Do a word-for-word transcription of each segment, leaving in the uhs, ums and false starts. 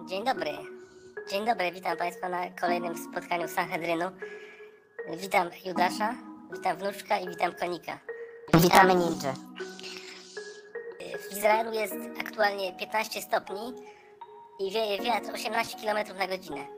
Dzień dobry. Dzień dobry, witam Państwa na kolejnym spotkaniu Sanhedrynu. Witam Judasza, witam Wnuczka i witam Konika. Witamy ninja. W Izraelu jest aktualnie piętnaście stopni i wieje wiatr osiemnaście kilometrów na godzinę.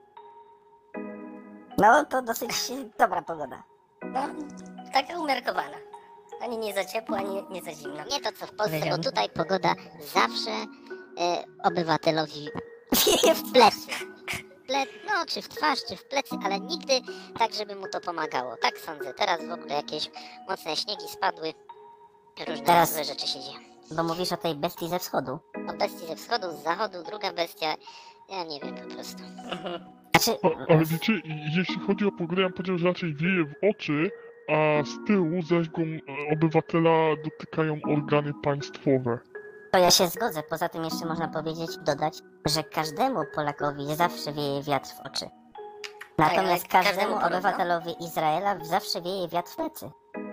No to dosyć dobra pogoda. No, taka umiarkowana. Ani nie za ciepło, ani nie za zimno. Nie to co w Polsce, Wiedziałem. bo tutaj pogoda zawsze e, obywatelowi wieje w plecy. Ple, no, czy w twarz, czy w plecy, ale nigdy tak, żeby mu to pomagało. Tak sądzę. Teraz w ogóle jakieś mocne śniegi spadły. Różne Teraz- złe rzeczy się dzieją. Bo mówisz o tej bestii ze wschodu. O bestii ze wschodu, z zachodu, druga bestia. Ja nie wiem po prostu. Znaczy, A, ale wiecie, jeśli chodzi o pogodę, ja bym powiedział, że raczej wieje w oczy, a z tyłu zaś go e, obywatela dotykają organy państwowe. to ja się zgodzę. Poza tym jeszcze można powiedzieć, dodać, że każdemu Polakowi zawsze wieje wiatr w oczy. Natomiast ale każdemu każdemu porówno. obywatelowi Izraela zawsze wieje wiatr w plecy.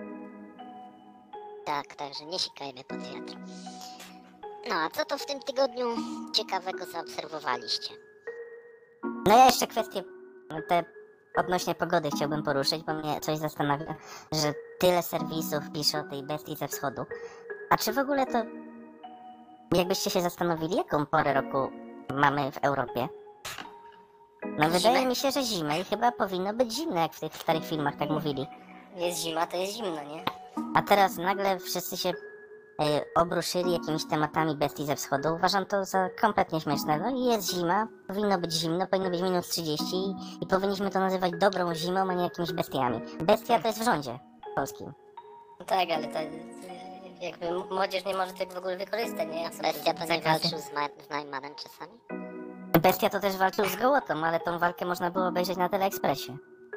Tak, także nie sikajmy pod wiatr. No, a co to w tym tygodniu ciekawego zaobserwowaliście? No ja jeszcze kwestię te odnośnie pogody chciałbym poruszyć, bo mnie coś zastanawia, że tyle serwisów pisze o tej bestii ze wschodu. A czy w ogóle to, jakbyście się zastanowili, jaką porę roku mamy w Europie? No wydaje Zimę. mi się, że zimę i chyba powinno być zimno, jak w tych starych filmach tak mówili. Jest zima, to jest zimno, nie? A teraz nagle wszyscy się e, obruszyli jakimiś tematami bestii ze wschodu. Uważam to za kompletnie śmieszne. No i jest zima, powinno być zimno, powinno być minus trzydzieści i, i powinniśmy to nazywać dobrą zimą, a nie jakimiś bestiami. Bestia to jest w rządzie polskim. No tak, ale to y, jakby młodzież nie może tego w ogóle wykorzystać, nie? Ja sobie Bestia to nie zakaz- walczył z, Ma- z Najmanem czasami? Bestia to też walczył z Gołotą, ale tą walkę można było obejrzeć na Teleekspresie.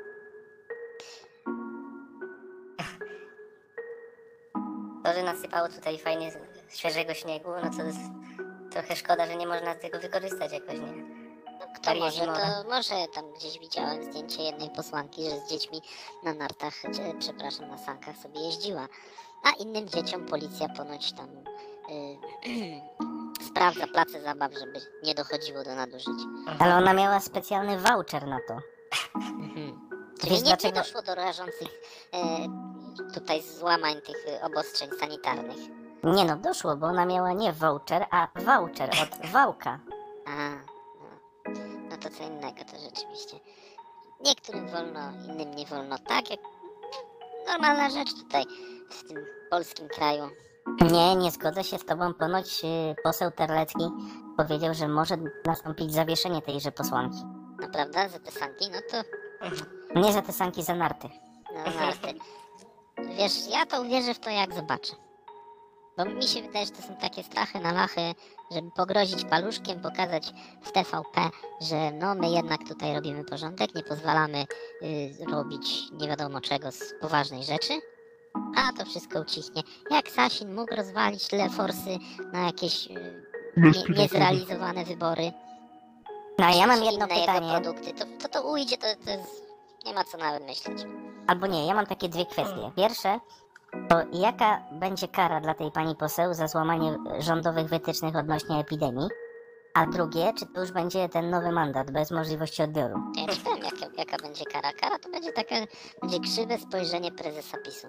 To, że nasypało tutaj fajnie świeżego śniegu, no to jest trochę szkoda, że nie można tego wykorzystać jakoś, nie? No, kto Ferie może, zimowe. to może tam gdzieś widziałem zdjęcie jednej posłanki, że z dziećmi na nartach, czy, przepraszam, na sankach sobie jeździła. A innym dzieciom policja ponoć tam y, sprawdza place zabaw, żeby nie dochodziło do nadużyć. Ale ona miała specjalny voucher na to. Czyli Wiesz nie, dlaczego? nie doszło do rażących e, tutaj złamań tych e, obostrzeń sanitarnych. Nie no, doszło, bo ona miała nie voucher, a voucher od Wałka. A, no. no to co innego to rzeczywiście. Niektórym wolno, innym nie wolno. Tak jak no, normalna rzecz tutaj w tym polskim kraju. Nie, nie zgodzę się z tobą. Ponoć y, poseł Terlecki powiedział, że może nastąpić zawieszenie tejże posłanki. No prawda, za te sanki, no to Nie za te sanki, za narty. no, narty. Wiesz, ja to uwierzę w to jak zobaczę. Bo mi się wydaje, że to są takie strachy na lachy, żeby pogrozić paluszkiem, pokazać w T V P, że no my jednak tutaj robimy porządek, nie pozwalamy y, robić nie wiadomo czego z poważnej rzeczy, a to wszystko ucichnie. Jak Sasin mógł rozwalić tyle forsy na jakieś y, nie, niezrealizowane wybory, No a ja mam czy jedno inne jego pytanie, produkty, to, to to ujdzie, to, to jest, nie ma co nawet myśleć. albo nie, ja mam takie dwie kwestie. Pierwsze, to jaka będzie kara dla tej pani poseł za złamanie rządowych wytycznych odnośnie epidemii? A drugie, czy to już będzie ten nowy mandat bez możliwości odbioru? To ja ci powiem, jaka, jaka będzie kara. Kara to będzie taka, będzie krzywe spojrzenie prezesa PiSu.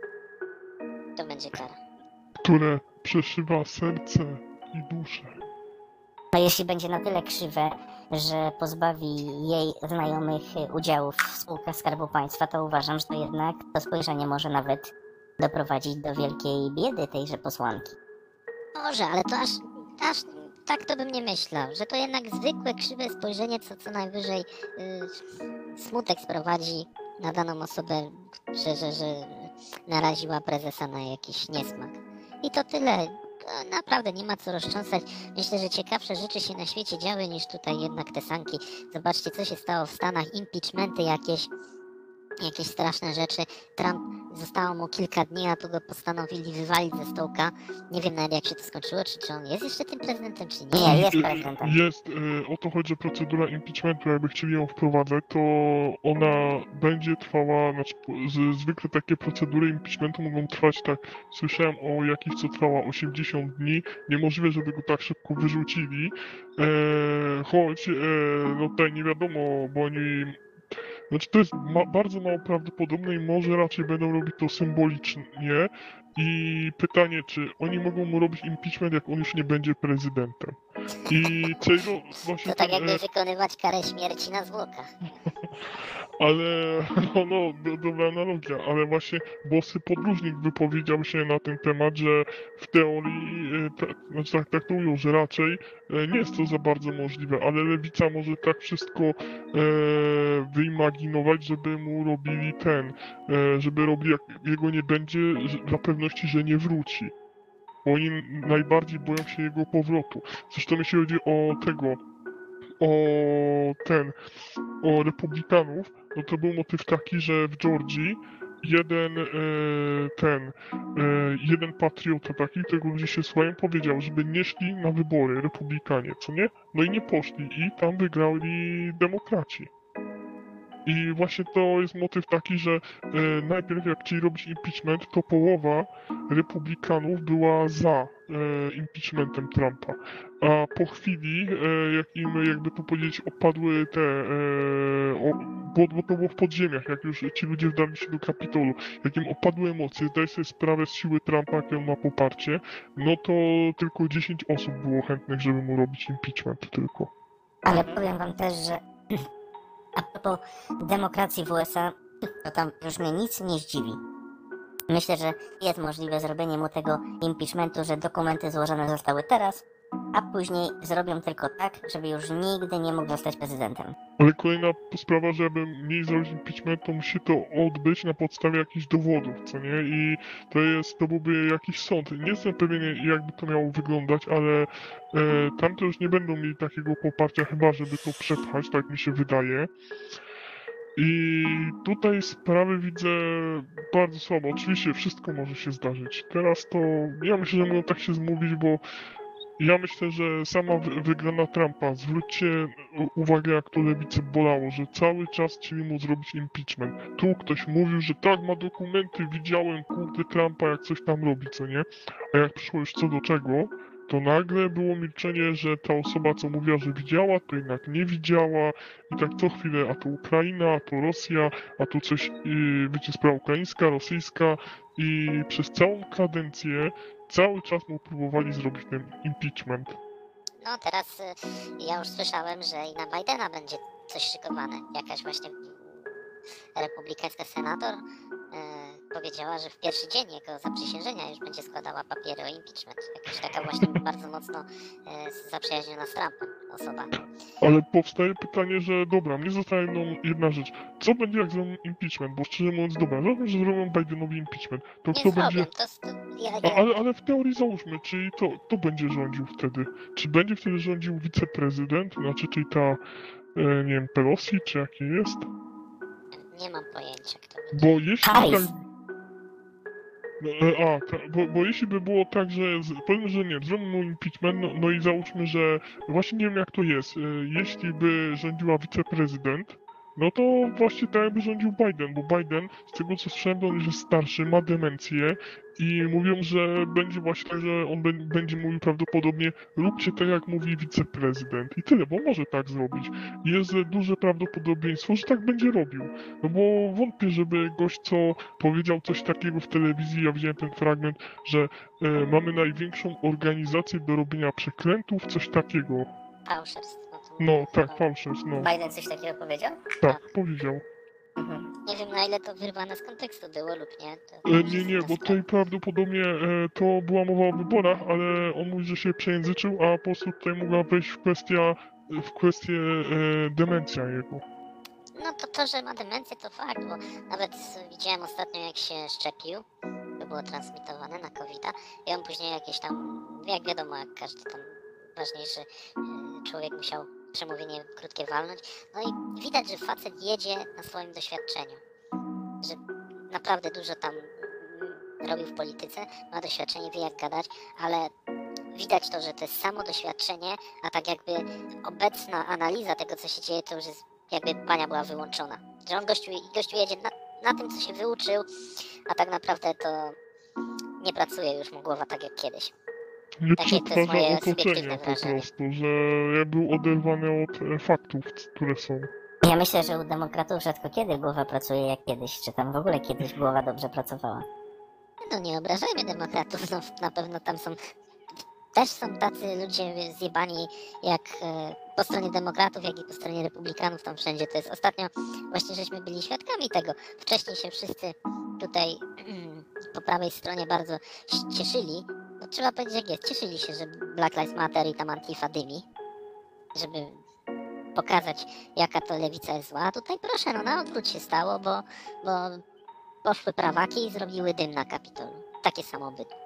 To będzie kara. które przeszywa serce i duszę. No jeśli będzie na tyle krzywe, że pozbawi jej znajomych udziałów w spółkach Skarbu Państwa, to uważam, że to jednak to spojrzenie może nawet doprowadzić do wielkiej biedy tejże posłanki. Może, ale to aż, aż tak to bym nie myślał, że to jednak zwykłe krzywe spojrzenie, co co najwyżej y, smutek sprowadzi na daną osobę, że, że, że naraziła prezesa na jakiś niesmak. I to tyle. To naprawdę nie ma co roztrząsać. Myślę, że ciekawsze rzeczy się na świecie działy niż tutaj jednak te sanki. Zobaczcie, co się stało w Stanach. Impeachmenty jakieś, jakieś straszne rzeczy. Trump Zostało mu kilka dni, a tu go postanowili wywalić ze stołka. Nie wiem nawet jak się to skończyło, czy, czy on jest jeszcze tym prezydentem, czy nie. Nie, jest Y, prezydentem. Jest, y, o to chodzi, że procedura impeachmentu, jakby chcieli ją wprowadzać, to ona będzie trwała, znaczy z, zwykle takie procedury impeachmentu mogą trwać tak, słyszałem o jakichś, co trwała osiemdziesiąt dni, niemożliwe, żeby go tak szybko wyrzucili, e, choć, e, no tutaj nie wiadomo, bo oni, znaczy to jest ma, bardzo mało prawdopodobne i może raczej będą robić to symbolicznie i pytanie, czy oni mogą mu robić impeachment, jak on już nie będzie prezydentem. I Taylor właśnie To tak ten, e, jakby wykonywać karę śmierci na zwłokach. ale no, no do, dobra analogia, ale właśnie Bossy Podróżnik wypowiedział się na ten temat, że w teorii, e, ta, znaczy tak traktują, że raczej e, nie jest to za bardzo możliwe, ale lewica może tak wszystko e, wyimaginować, żeby mu robili ten, e, żeby robili, jak jego nie będzie, że, dla pewności, że nie wróci. Bo oni najbardziej boją się jego powrotu. Zresztą jeśli chodzi o tego, o ten, o republikanów, no to był motyw taki, że w Georgii jeden e, ten, e, jeden patriota taki, którego ludzie się słuchają, powiedział, żeby nie szli na wybory republikanie, co nie? No i nie poszli i tam wygrali demokraci. I właśnie to jest motyw taki, że e, najpierw jak chcieli robić impeachment, to połowa republikanów była za e, impeachmentem Trumpa. A po chwili, e, jak im, jakby to powiedzieć, opadły te, e, o, bo, bo to było w podziemiach, jak już ci ludzie wdali się do Kapitolu, jak im opadły emocje, zdaję sobie sprawę z siły Trumpa, jakie on ma poparcie, no to tylko dziesięć osób było chętnych, żeby mu robić impeachment tylko. Ale powiem wam też, że a propos demokracji w U S A, to tam już mnie nic nie zdziwi. Myślę, że jest możliwe zrobienie mu tego impeachmentu, że dokumenty złożone zostały teraz, a później zrobią tylko tak, żeby już nigdy nie mógł zostać prezydentem. Ale kolejna sprawa, żeby mniej zrobić impeachment, to musi to odbyć na podstawie jakichś dowodów, co nie? I to jest, to byłby jakiś sąd. Nie jestem pewien, jakby to miało wyglądać, ale e, tam to już nie będą mieli takiego poparcia, chyba żeby to przepchać, tak mi się wydaje. I tutaj sprawy widzę bardzo słabo. Oczywiście wszystko może się zdarzyć. Teraz to, ja myślę, że mogą tak się zmówić, bo ja myślę, że sama wy- wygrana Trumpa, zwróćcie u- uwagę, jak to lewicy bolało, że cały czas chcieli mu zrobić impeachment. Tu ktoś mówił, że tak, ma dokumenty, widziałem, kurde, Trumpa, jak coś tam robi, co nie? A jak przyszło już co do czego, to nagle było milczenie, że ta osoba, co mówiła, że widziała, to jednak nie widziała i tak co chwilę, a to Ukraina, a to Rosja, a tu coś, yy, wiecie, sprawa ukraińska, rosyjska i przez całą kadencję cały czas mu próbowali zrobić ten impeachment. No teraz y, ja już słyszałem, że i na Bidena będzie coś szykowane. Jakaś właśnie mm, republikańska senator y, powiedziała, że w pierwszy dzień jego zaprzysiężenia już będzie składała papiery o impeachment. Jakaś taka właśnie bardzo mocno y, zaprzyjaźniona z Trumpem osoba. Ale powstaje pytanie, że dobra, mnie zostaje jedną, jedna rzecz. Co będzie jak zrobią impeachment? Bo szczerze mówiąc, dobra, załóżmy, że zrobią Bidenowi impeachment. To Nie kto zrobią, będzie... to, to ja, A, ja, ale, ale w teorii załóżmy, czyli to, kto będzie rządził wtedy? Czy będzie wtedy rządził wiceprezydent? Znaczy, czyli ta, e, nie wiem, Pelosi, czy jaki jest? nie mam pojęcia, kto będzie. Bo jeśli tak... Harris. No, e, a, ta, bo, bo jeśli by było tak, że z, powiedzmy, że nie, zrobimy mu impeachment, no, no i załóżmy, że właśnie nie wiem jak to jest, e, jeśli by rządziła wiceprezydent, no to właśnie tak jakby rządził Biden, bo Biden, z tego co słyszałem, to on już jest starszy, ma demencję i mówią, że będzie właśnie tak, że on bę- będzie mówił prawdopodobnie róbcie tak jak mówi wiceprezydent i tyle, bo może tak zrobić. Jest e, duże prawdopodobieństwo, że tak będzie robił. No bo wątpię, żeby gość, co powiedział coś takiego w telewizji, ja widziałem ten fragment, że e, mamy największą organizację do robienia przekrętów, coś takiego. Fałszerstwo. to No, mówię tak, chyba. fałszerstw, no. Biden coś takiego powiedział? Tak, powiedział. Mhm. Nie wiem na ile to wyrwane z kontekstu było lub nie. To E, już nie, jest nie, inna bo sprawa. tutaj prawdopodobnie e, to była mowa o wyborach, ale on mówi, że się przejęzyczył, a po prostu tutaj mogła wejść w kwestia, w kwestię e, demencja jego. No to to, że ma demencję to fakt, bo nawet widziałem ostatnio jak się szczepił, to było transmitowane na kowida i on później jakieś tam, jak wiadomo, jak każdy tam ważniejszy e, człowiek musiał przemówienie krótkie walnąć, no i widać, że facet jedzie na swoim doświadczeniu, że naprawdę dużo tam mm, robił w polityce, ma doświadczenie, wie jak gadać, ale widać to, że to jest samo doświadczenie, a tak jakby obecna analiza tego, co się dzieje, to już jest jakby bania była wyłączona. Że on gościu, gościu jedzie na, na tym, co się wyuczył, a tak naprawdę to nie pracuje już mu głowa tak jak kiedyś. Nie Takie to jest przetwarza moje otoczenia subiektywne po wrażenie. prostu, że ja był oderwany od e, faktów, które są. Ja myślę, że u demokratów rzadko kiedy głowa pracuje jak kiedyś, czy tam w ogóle kiedyś głowa dobrze pracowała. No nie obrażajmy demokratów, no na pewno tam są, też są tacy ludzie zjebani jak e, po stronie demokratów, jak i po stronie republikanów, tam wszędzie to jest. Ostatnio właśnie żeśmy byli świadkami tego. Wcześniej się wszyscy tutaj po prawej stronie bardzo ś- cieszyli, no trzeba powiedzieć jak jest, cieszyli się, że Black Lives Matter i tam Antifa dymi, żeby pokazać jaka to lewica jest zła, a tutaj proszę, no na odwrót się stało, bo, bo poszły prawaki i zrobiły dym na Kapitolu. Takie samo bydło.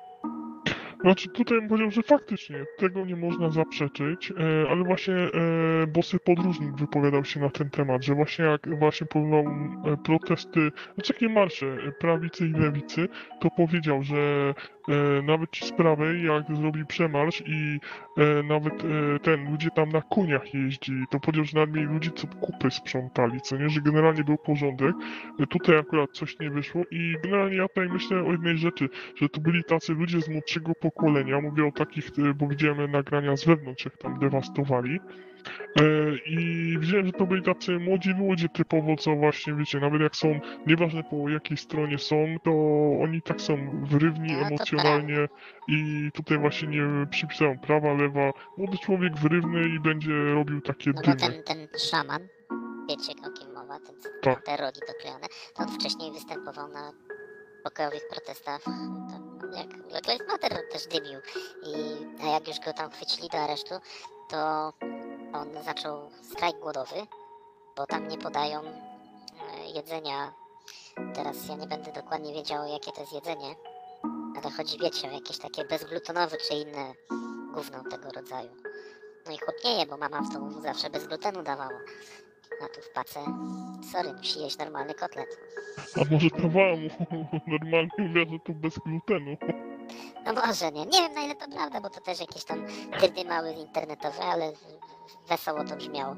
Znaczy tutaj bym powiedział, że faktycznie tego nie można zaprzeczyć, e, ale właśnie e, Bosy Podróżnik wypowiadał się na ten temat, że właśnie jak właśnie porównał e, protesty, znaczy takie marsze e, prawicy i lewicy, to powiedział, że e, nawet ci z prawej, jak zrobi przemarsz i e, nawet e, ten, ludzie tam na koniach jeździli, to powiedział, że nawet mieli ludzi, co kupy sprzątali, co nie, że generalnie był porządek. E, tutaj akurat coś nie wyszło i generalnie ja tutaj myślę o jednej rzeczy, że to byli tacy ludzie z młodszego pokolenia, mówię o takich, e, bo widziałem nagrania z wewnątrz, jak tam dewastowali. E, I widziałem, że to byli tacy młodzi ludzie typowo, co właśnie, wiecie, nawet jak są, nieważne po jakiej stronie są, to oni tak są wyrywni No to emocjonalnie i tutaj właśnie nie przypisają prawa, lewa. Młody człowiek wyrywny i będzie robił takie No bo dymy. ten, ten szaman, wiecie o kim mowa, ten, co Tak. ma te rogi doklejone, to on wcześniej występował na pokojowych protestach, tam, jak Black Lives Matter też dymił. I, a jak już go tam chwycili do aresztu, to on zaczął strajk głodowy, bo tam nie podają e, jedzenia. Teraz ja nie będę dokładnie wiedział, jakie to jest jedzenie, ale chodzi, wiecie, o jakieś takie bezglutenowe czy inne gówno tego rodzaju. No i chłop nie je, bo mama w domu mu zawsze bez glutenu dawała. A tu w pace, sorry, musi jeść normalny kotlet. A może dawała mu normalnie, mówiła, że to bez glutenu. No może nie, nie wiem na ile to prawda, bo to też jakieś tam dyrdy małe internetowe, ale w- w- wesoło to brzmiało.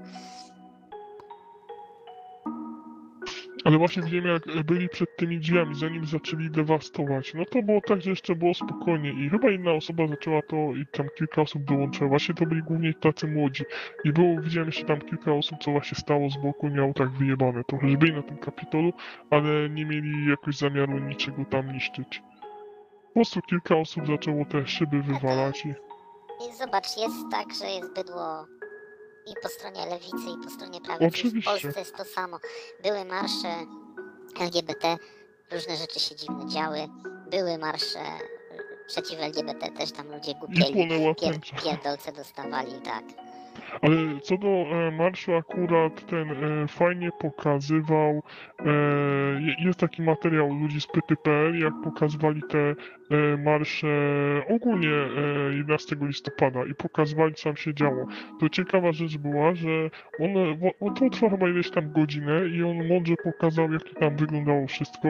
Ale właśnie widziałem, jak byli przed tymi drzwiami, zanim zaczęli dewastować. No to było tak, że jeszcze było spokojnie i chyba inna osoba zaczęła to i tam kilka osób dołączyło. Właśnie to byli głównie tacy młodzi. I było, widziałem jeszcze tam kilka osób, co właśnie stało z boku i miało tak wyjebane. Trochę, że byli na tym Kapitolu, ale nie mieli jakoś zamiaru niczego tam niszczyć. Po prostu kilka osób zaczęło te szyby wywalać i... I zobacz, jest tak, że jest bydło i po stronie lewicy, i po stronie prawicy. Oczywiście. W Polsce jest to samo. Były marsze L G B T, różne rzeczy się dziwne działy. Były marsze y, przeciw L G B T, też tam ludzie I głupieli. płonęła Pier, tęcza. pierdolce dostawali, tak. Ale co do e, marszu akurat ten e, fajnie pokazywał, e, je- jest taki materiał ludzi z P T P L, jak pokazywali te e, marsze ogólnie e, jedenastego listopada i pokazywali co tam się działo. To ciekawa rzecz była, że on, wo- on to trwa chyba ileś tam godzinę i on mądrze pokazał jak to tam wyglądało wszystko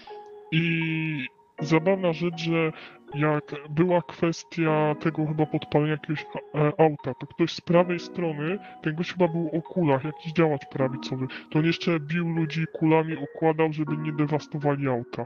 i zabawna rzecz, że jak była kwestia tego chyba podpalenia jakiegoś e, auta, to ktoś z prawej strony, ten gość chyba był o kulach, jakiś działacz prawicowy, to on jeszcze bił ludzi kulami, okładał, żeby nie dewastowali auta.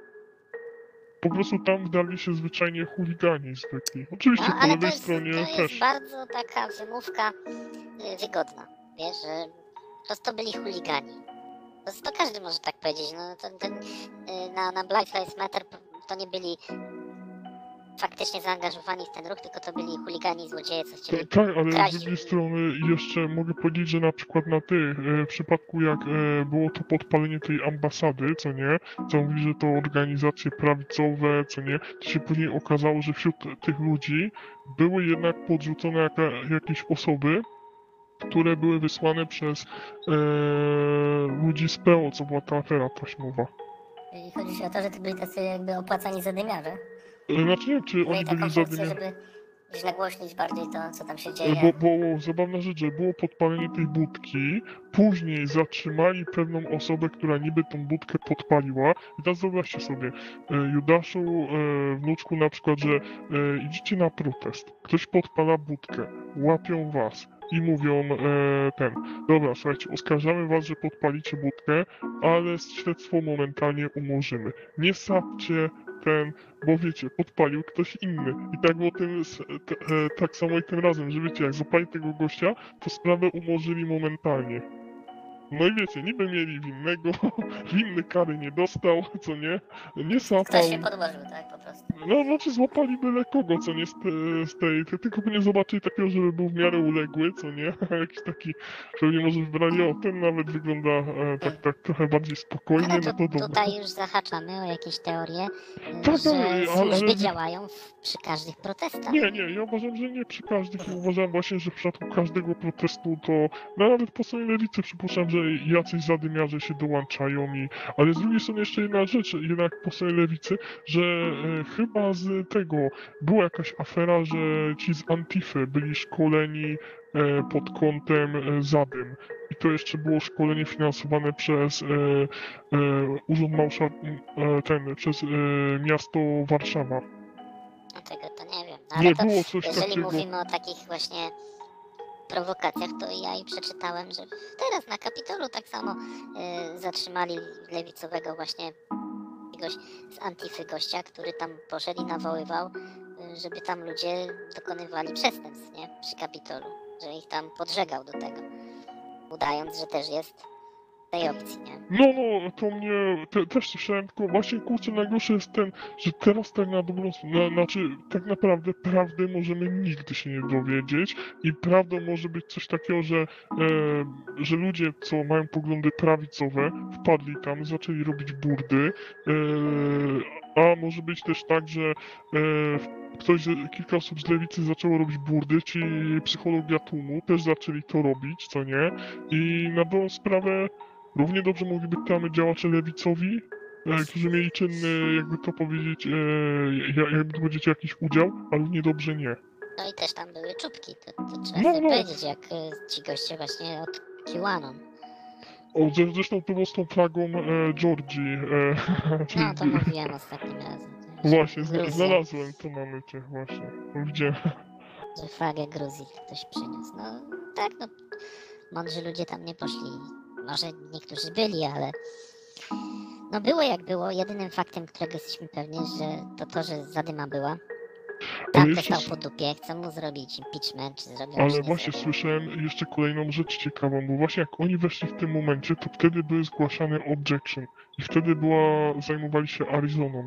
Po prostu tam wdali się zwyczajnie chuligani zwykli. Oczywiście No, po ale to lewej jest, to stronie jest też. bardzo taka wymówka y, wygodna, wiesz, że po prostu to byli chuligani. To, to każdy może tak powiedzieć, no to, ten, y, na, na Black Lives Matter to nie byli faktycznie zaangażowani w ten ruch, tylko to byli chuligani, złodzieje, co chcieli Tak, ale z kraść. drugiej strony jeszcze mogę powiedzieć, że na przykład na tych, e, w przypadku jak e, było to podpalenie tej ambasady, co nie, co mówi, że to organizacje prawicowe, co nie, to się później okazało, że wśród tych ludzi były jednak podrzucone jaka, jakieś osoby, które były wysłane przez e, ludzi z P O, co była ta afera taśmowa. I chodzi się o to, że to byli tacy jakby opłacani zadymiarze. E, Znaczy nie wiem, czy oni Mieli taką byli funkcję, zadymiani. żeby Gdzieś nagłośnić bardziej to, co tam się E, dzieje. Bo, bo zabawna rzecz, że było podpalenie tej budki, później zatrzymali pewną osobę, która niby tą budkę podpaliła. I teraz wyobraźcie sobie, e, Judaszu, e, wnuczku na przykład, że e, idziecie na protest, ktoś podpala budkę, łapią was i mówią e, ten, dobra, słuchajcie, oskarżamy was, że podpalicie budkę, ale śledztwo momentalnie umorzymy. Nie sapcie ten, bo wiecie, podpalił ktoś inny. I tak było tym, s- t, e, tak samo i tym razem, że wiecie, jak złapali tego gościa, to sprawę umorzyli momentalnie. No i wiecie, niby mieli winnego, winny kary nie dostał, co nie, nie sapał. Ktoś się podłożył, tak, po prostu. No, znaczy złapali byle kogo, co nie, z, te, z tej, ty- tylko by nie zobaczyli takiego, żeby był w miarę uległy, co nie, jakiś taki, pewnie może wybrali, o, ten nawet wygląda e, tak, tak trochę bardziej spokojnie, Ale no to to dobra. tutaj już zahaczamy o jakieś teorie, y, Tak, że ale- ale- służby działają w, przy każdych protestach. Nie, nie, ja uważam, że nie przy każdych. Ja uważam właśnie, że w przypadku każdego protestu to no nawet po stronie lewicy przypuszczam, że jacyś zadymiarze się dołączają i... Ale z drugiej strony jeszcze jedna rzecz, jednak po stronie lewicy, że e, chyba z tego była jakaś afera, że ci z Antify byli szkoleni e, pod kątem e, zadym. I to jeszcze było szkolenie finansowane przez e, e, Urząd Marsza... E, ten, przez e, miasto Warszawa. No tego to nie wiem. No, ale Nie to, było coś jeżeli takiego. mówimy o takich właśnie prowokacjach, to ja i przeczytałem, że teraz na Kapitolu tak samo y, zatrzymali lewicowego właśnie jakiegoś z Antify gościa, który tam poszedł i nawoływał, y, żeby tam ludzie dokonywali przestępstw, nie? Przy Kapitolu. Że ich tam podżegał do tego. Udając, że też jest w tej opcji, nie? No, no, to mnie te, też słyszałem, tylko właśnie kurczę, najgorszy jest ten, że teraz tak na dobrą sprawę, na, znaczy tak naprawdę prawdy możemy nigdy się nie dowiedzieć i prawdą może być coś takiego, że, e, że ludzie, co mają poglądy prawicowe, wpadli tam, zaczęli robić burdy, e, a może być też tak, że e, ktoś, z- kilka osób z lewicy zaczęło robić burdy, czyli psychologia tłumu, też zaczęli to robić, co nie, i na dobrą sprawę równie dobrze mogliby tam działacze lewicowi, e, którzy mieli czynny, jakby to powiedzieć, e, ja- jakby to powiedzieć, jakiś udział, a równie dobrze nie. No i też tam były czubki, to, to trzeba No, sobie no. powiedzieć, jak y, ci goście właśnie od QAnon. O, zre- zresztą to było z tą flagą e, Georgii. E, czyli- No to mówiłem ostatnim razem. że Właśnie, zna- Gruzja, znalazłem to na necie, właśnie. Widziałem. że flagę Gruzji ktoś przyniósł. No tak, no mądrzy ludzie tam nie poszli. Może niektórzy byli, ale no było jak było. Jedynym faktem, którego jesteśmy pewni, że to to, że zadyma była. Tam Ale dostał jeszcze- po dupie, chcą mu zrobić impeachment, czy zrobią, czy Ale nie właśnie zrobią. słyszałem jeszcze kolejną rzecz ciekawą, bo właśnie jak oni weszli w tym momencie, to wtedy były zgłaszane objection i wtedy była, zajmowali się Arizoną.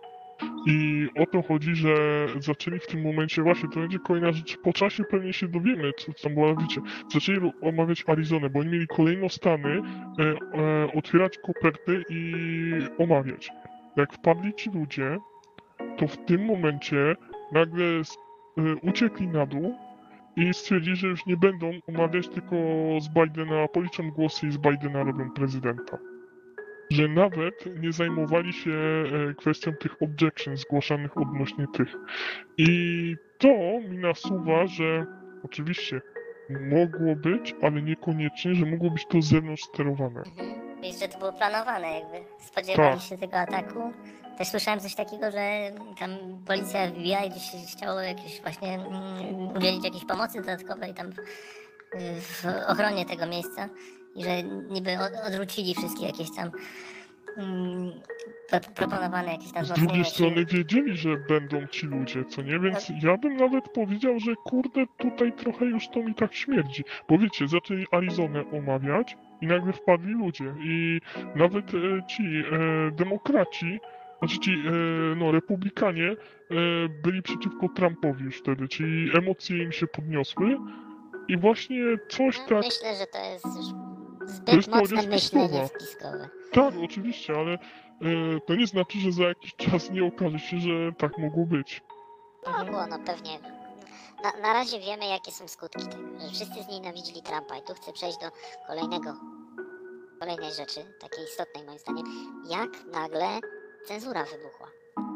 I o to chodzi, że zaczęli w tym momencie, właśnie to będzie kolejna rzecz, po czasie pewnie się dowiemy, co tam było, ale wiecie, zaczęli ro- omawiać Arizonę, bo oni mieli kolejno stany, e, e, otwierać koperty i omawiać. Jak wpadli ci ludzie, to w tym momencie nagle s- e, uciekli na dół i stwierdzili, że już nie będą omawiać, tylko z Bidena, policzą głosy i z Bidena robią prezydenta. Że nawet nie zajmowali się e, kwestią tych objections zgłaszanych odnośnie tych. I to mi nasuwa, że oczywiście mogło być, ale niekoniecznie, że mogło być to z zewnątrz sterowane. Mhm. Wiesz, że to było planowane jakby. Spodziewali Tak. się tego ataku. Też słyszałem coś takiego, że tam policja F B I gdzieś się chciało jakieś właśnie mm, udzielić jakiejś pomocy dodatkowej tam w, w ochronie tego miejsca i że niby od, odwrócili wszystkie jakieś tam mm, pro, proponowane jakieś tam Z drugiej wzmocnienia sił. strony wiedzieli, że będą ci ludzie, co nie? Więc ja bym nawet powiedział, że kurde, tutaj trochę już to mi tak śmierdzi. Bo wiecie, zaczęli Arizonę omawiać i nagle wpadli ludzie. I nawet e, ci e, demokraci, znaczy ci, e, no, republikanie e, byli przeciwko Trumpowi już wtedy, czyli emocje im się podniosły. I właśnie coś No, tak... myślę, że to jest już To zbyt jest teoria mocne myślenie spiskowa. spiskowe. Tak, oczywiście, ale e, to nie znaczy, że za jakiś czas nie okaże się, że tak mogło być. Mogło, no pewnie. Na, na razie wiemy, jakie są skutki tego, że wszyscy znienawidzili Trumpa i tu chcę przejść do kolejnego, kolejnej rzeczy, takiej istotnej moim zdaniem, jak nagle cenzura wybuchła.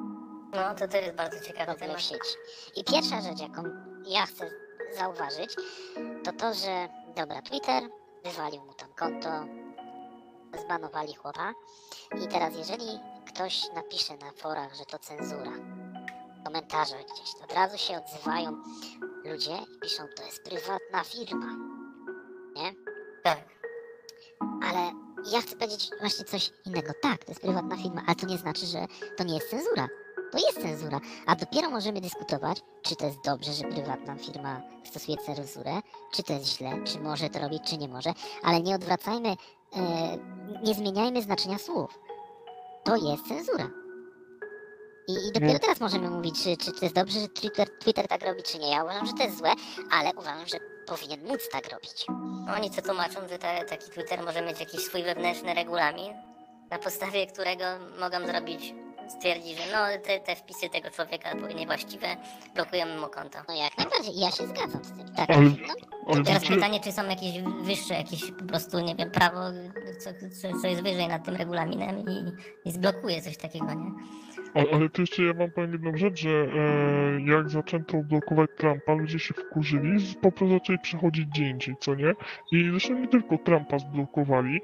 No, to to jest bardzo ciekawy w ogóle temat. w sieci. I pierwsza rzecz, jaką ja chcę zauważyć, to to, że dobra, Twitter wywalił mu tam konto, zbanowali chłopa i teraz jeżeli ktoś napisze na forach, że to cenzura, w komentarzach gdzieś, to od razu się odzywają ludzie i piszą, to jest prywatna firma, nie? Tak. Ale ja chcę powiedzieć właśnie coś innego. Tak, to jest prywatna firma, ale to nie znaczy, że to nie jest cenzura. To jest cenzura, a dopiero możemy dyskutować, czy to jest dobrze, że prywatna firma stosuje cenzurę, czy to jest źle, czy może to robić, czy nie może, ale nie odwracajmy, e, nie zmieniajmy znaczenia słów. To jest cenzura. I, i dopiero No. teraz możemy mówić, czy, czy to jest dobrze, że Twitter, Twitter tak robi, czy nie. Ja uważam, że to jest złe, ale uważam, że powinien móc tak robić. Oni co tłumaczą, że ta, taki Twitter może mieć jakiś swój wewnętrzny regulamin, na podstawie którego mogą zrobić, stwierdzić, że no te, te wpisy tego człowieka były niewłaściwe, blokujemy mu konto. No jak najbardziej. I ja się zgadzam z tym. Tak. Ale- No, Ale Teraz wiecie, pytanie, czy są jakieś wyższe, jakieś po prostu, nie wiem, prawo, co, co, co jest wyżej nad tym regulaminem i, i zblokuje coś takiego, nie? ale, ale to jeszcze ja wam powiem jedną rzecz, że e, jak zaczęto blokować Trumpa, ludzie się wkurzyli, z- po prostu zaczęli przechodzić gdzie indziej, co nie? I zresztą nie tylko Trumpa zblokowali,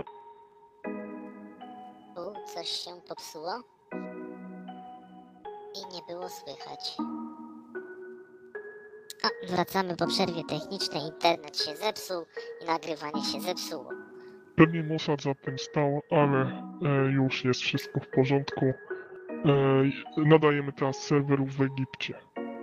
tu coś się popsuło i nie było słychać. A, wracamy po przerwie technicznej. Internet się zepsuł i nagrywanie się zepsuło. pewnie Mossad za tym stał, ale e, już jest wszystko w porządku. E, nadajemy teraz z serwerów w Egipcie.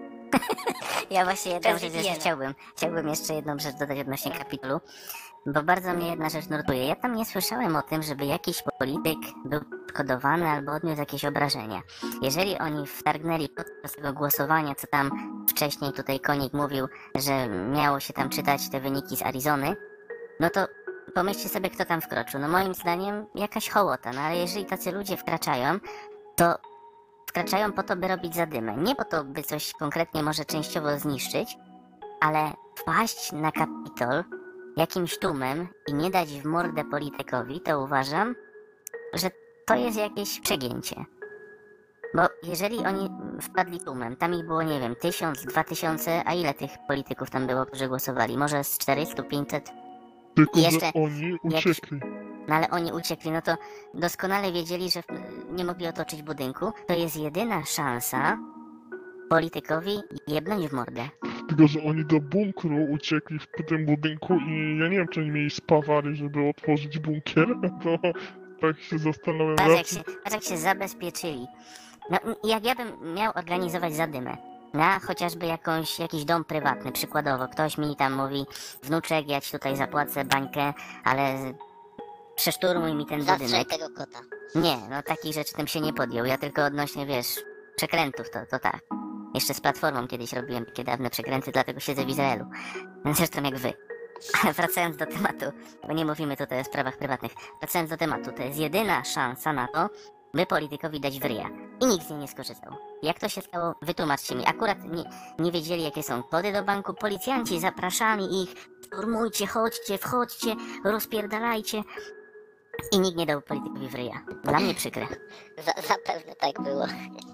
Ja właśnie jedną Teraz rzecz jeszcze V P N. chciałbym, chciałbym jeszcze jedną rzecz dodać odnośnie kapitolu, bo bardzo mnie jedna rzecz nurtuje. Ja tam nie słyszałem o tym, żeby jakiś polityk był kodowany albo odniósł jakieś obrażenia. Jeżeli oni wtargnęli podczas tego głosowania, co tam wcześniej tutaj Konik mówił, że miało się tam czytać te wyniki z Arizony, no to pomyślcie sobie, kto tam wkroczył. No moim zdaniem jakaś hołota, no ale jeżeli tacy ludzie wkraczają, to wkraczają po to, by robić zadymę. Nie po to, by coś konkretnie może częściowo zniszczyć, ale wpaść na Kapitol jakimś tłumem i nie dać w mordę politykowi, to uważam, że to jest jakieś przegięcie. Bo jeżeli oni wpadli tłumem, tam ich było, nie wiem, tysiąc, dwa tysiące, a ile tych polityków tam było, którzy głosowali? Może z czterysta, pięćset? Tylko, I jeszcze że oni uciekli. No ale oni uciekli, no to doskonale wiedzieli, że nie mogli otoczyć budynku. To jest jedyna szansa politykowi jebnąć w mordę. Tylko, że oni do bunkru uciekli w tym budynku i ja nie wiem, czy oni mieli spawary, żeby otworzyć bunkier, to tak się zastanawiam. Patrz jak raczej- się, patrz jak się zabezpieczyli. No, jak ja bym miał organizować zadymę na chociażby jakąś, jakiś dom prywatny, przykładowo, ktoś mi tam mówi, wnuczek, ja ci tutaj zapłacę bańkę, ale przeszturmuj mi ten Zastrzel budynek. tego kota. Nie, no takich rzeczy tym się nie podjął. Ja tylko odnośnie, wiesz, przekrętów, to, to tak. Jeszcze z Platformą kiedyś robiłem takie dawne przekręty, dlatego siedzę w Izraelu. Zresztą jak wy. Ale wracając do tematu, bo nie mówimy tutaj o sprawach prywatnych. Wracając do tematu, to jest jedyna szansa na to, by politykowi dać w ryja. I nikt z niej nie skorzystał. Jak to się stało? Wytłumaczcie mi. Akurat nie, nie wiedzieli, jakie są kody do banku. Policjanci zapraszali ich. Szturmujcie, chodźcie, wchodźcie, rozpierdalajcie. I nikt nie dał politykowi w ryja. Dla mnie przykre. Za, zapewne tak było.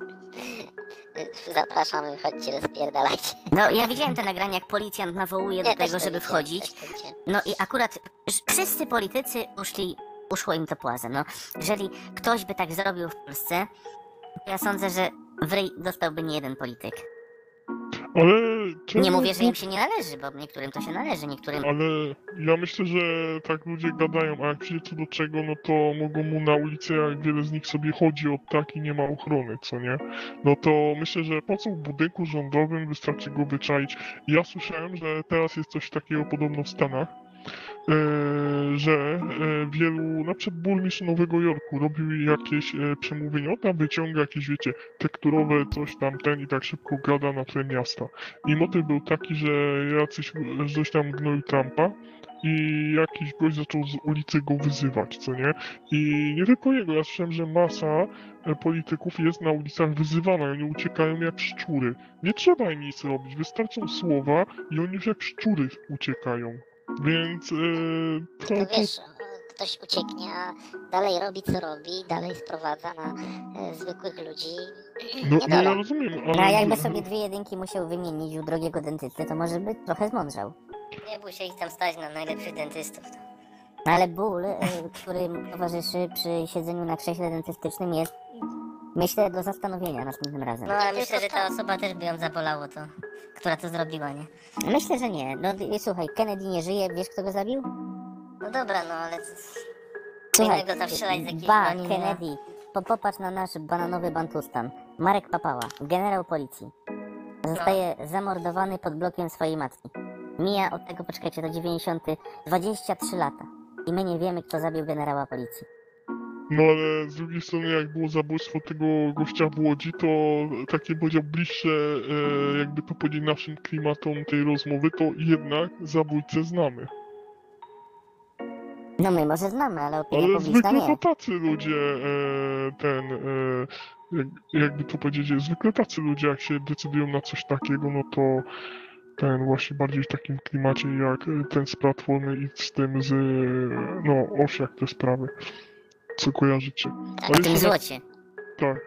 Zapraszamy, chodźcie, rozpierdalajcie. No, ja widziałem te nagrania, jak policjant nawołuje do Nie, też tego, to żeby widziałem, wchodzić. też to widziałem. No i akurat ż- wszyscy politycy uszli, uszło im to płazem. No, jeżeli ktoś by tak zrobił w Polsce, to ja sądzę, że w ryj dostałby nie jeden polityk. Ale czemu Nie mówię, że tu- im się nie należy, bo niektórym to się należy, niektórym... Ale ja myślę, że tak ludzie gadają, a jak przyjdzie co do czego, no to mogą mu na ulicy, jak wiele z nich sobie chodzi od tak i nie ma ochrony, co nie? No to myślę, że po co w budynku rządowym wystarczy go wyczaić. Ja słyszałem, że teraz jest coś takiego podobno w Stanach, e, że e, wielu, na przykład burmistrz Nowego Jorku robił jakieś e, przemówienie, on tam wyciąga jakieś, wiecie, tekturowe, coś tam, ten i tak szybko gada na tle miasta. I motyw był taki, że jacyś, że coś tam gnoił Trumpa i jakiś gość zaczął z ulicy go wyzywać, co nie? I nie tylko jego, ja słyszałem, że masa e, polityków jest na ulicach wyzywana i oni uciekają jak szczury. Nie trzeba im nic robić, wystarczą słowa i oni już jak szczury uciekają. Więc e, to, No to, wiesz, ktoś ucieknie, a dalej robi co robi, dalej sprowadza na e, zwykłych ludzi No, no ja Niedolał. rozumiem, No a ale... jakby sobie dwie jedynki musiał wymienić u drogiego dentysty, to może by trochę zmądrzał. Nie bój się ich tam stać na najlepszych dentystów. To. No ale ból, y, który mu towarzyszy przy siedzeniu na krześle dentystycznym jest, myślę, do zastanowienia następnym razem. No ale Nie myślę, tylko że ta to. osoba też by ją zabolało to, która to zrobiła, nie? Myślę, że nie. No i słuchaj, Kennedy nie żyje, wiesz kto go zabił? No dobra, no ale... Słuchaj, Innego tam strzelać z jakiejś ba, broni, nie? Kennedy, po, popatrz na nasz bananowy bantustan. Marek Papała, generał policji. Zostaje zamordowany pod blokiem swojej matki. Mija od tego, poczekajcie, do dziewięćdziesiątych dwadzieścia trzy lata. I my nie wiemy, kto zabił generała policji. No ale z drugiej strony, jak było zabójstwo tego gościa w Łodzi, to takie powiedział bliższe, e, jakby to powiedzieć, naszym klimatom tej rozmowy, to jednak zabójcę znamy. No my może znamy, ale opinia Ale publiczna zwykle nie. to tacy ludzie, e, ten, e, jak, jakby to powiedzieć, zwykle tacy ludzie, jak się decydują na coś takiego, no to ten właśnie bardziej w takim klimacie jak ten z Platformy i z tym z, no, Osiak te sprawy, co kojarzycie. Tak, O tym jeszcze raz- złocie. Tak.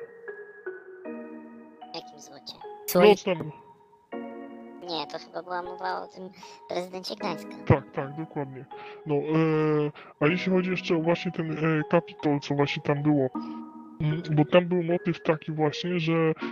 W jakim złocie? Słuchaj, No, tam, Nie, to chyba była mowa o tym prezydencie Gdańska. tak, tak, dokładnie. No, e, a jeśli chodzi jeszcze o właśnie ten e, Kapitol, co właśnie tam było, mm, bo tam był motyw taki właśnie, że e,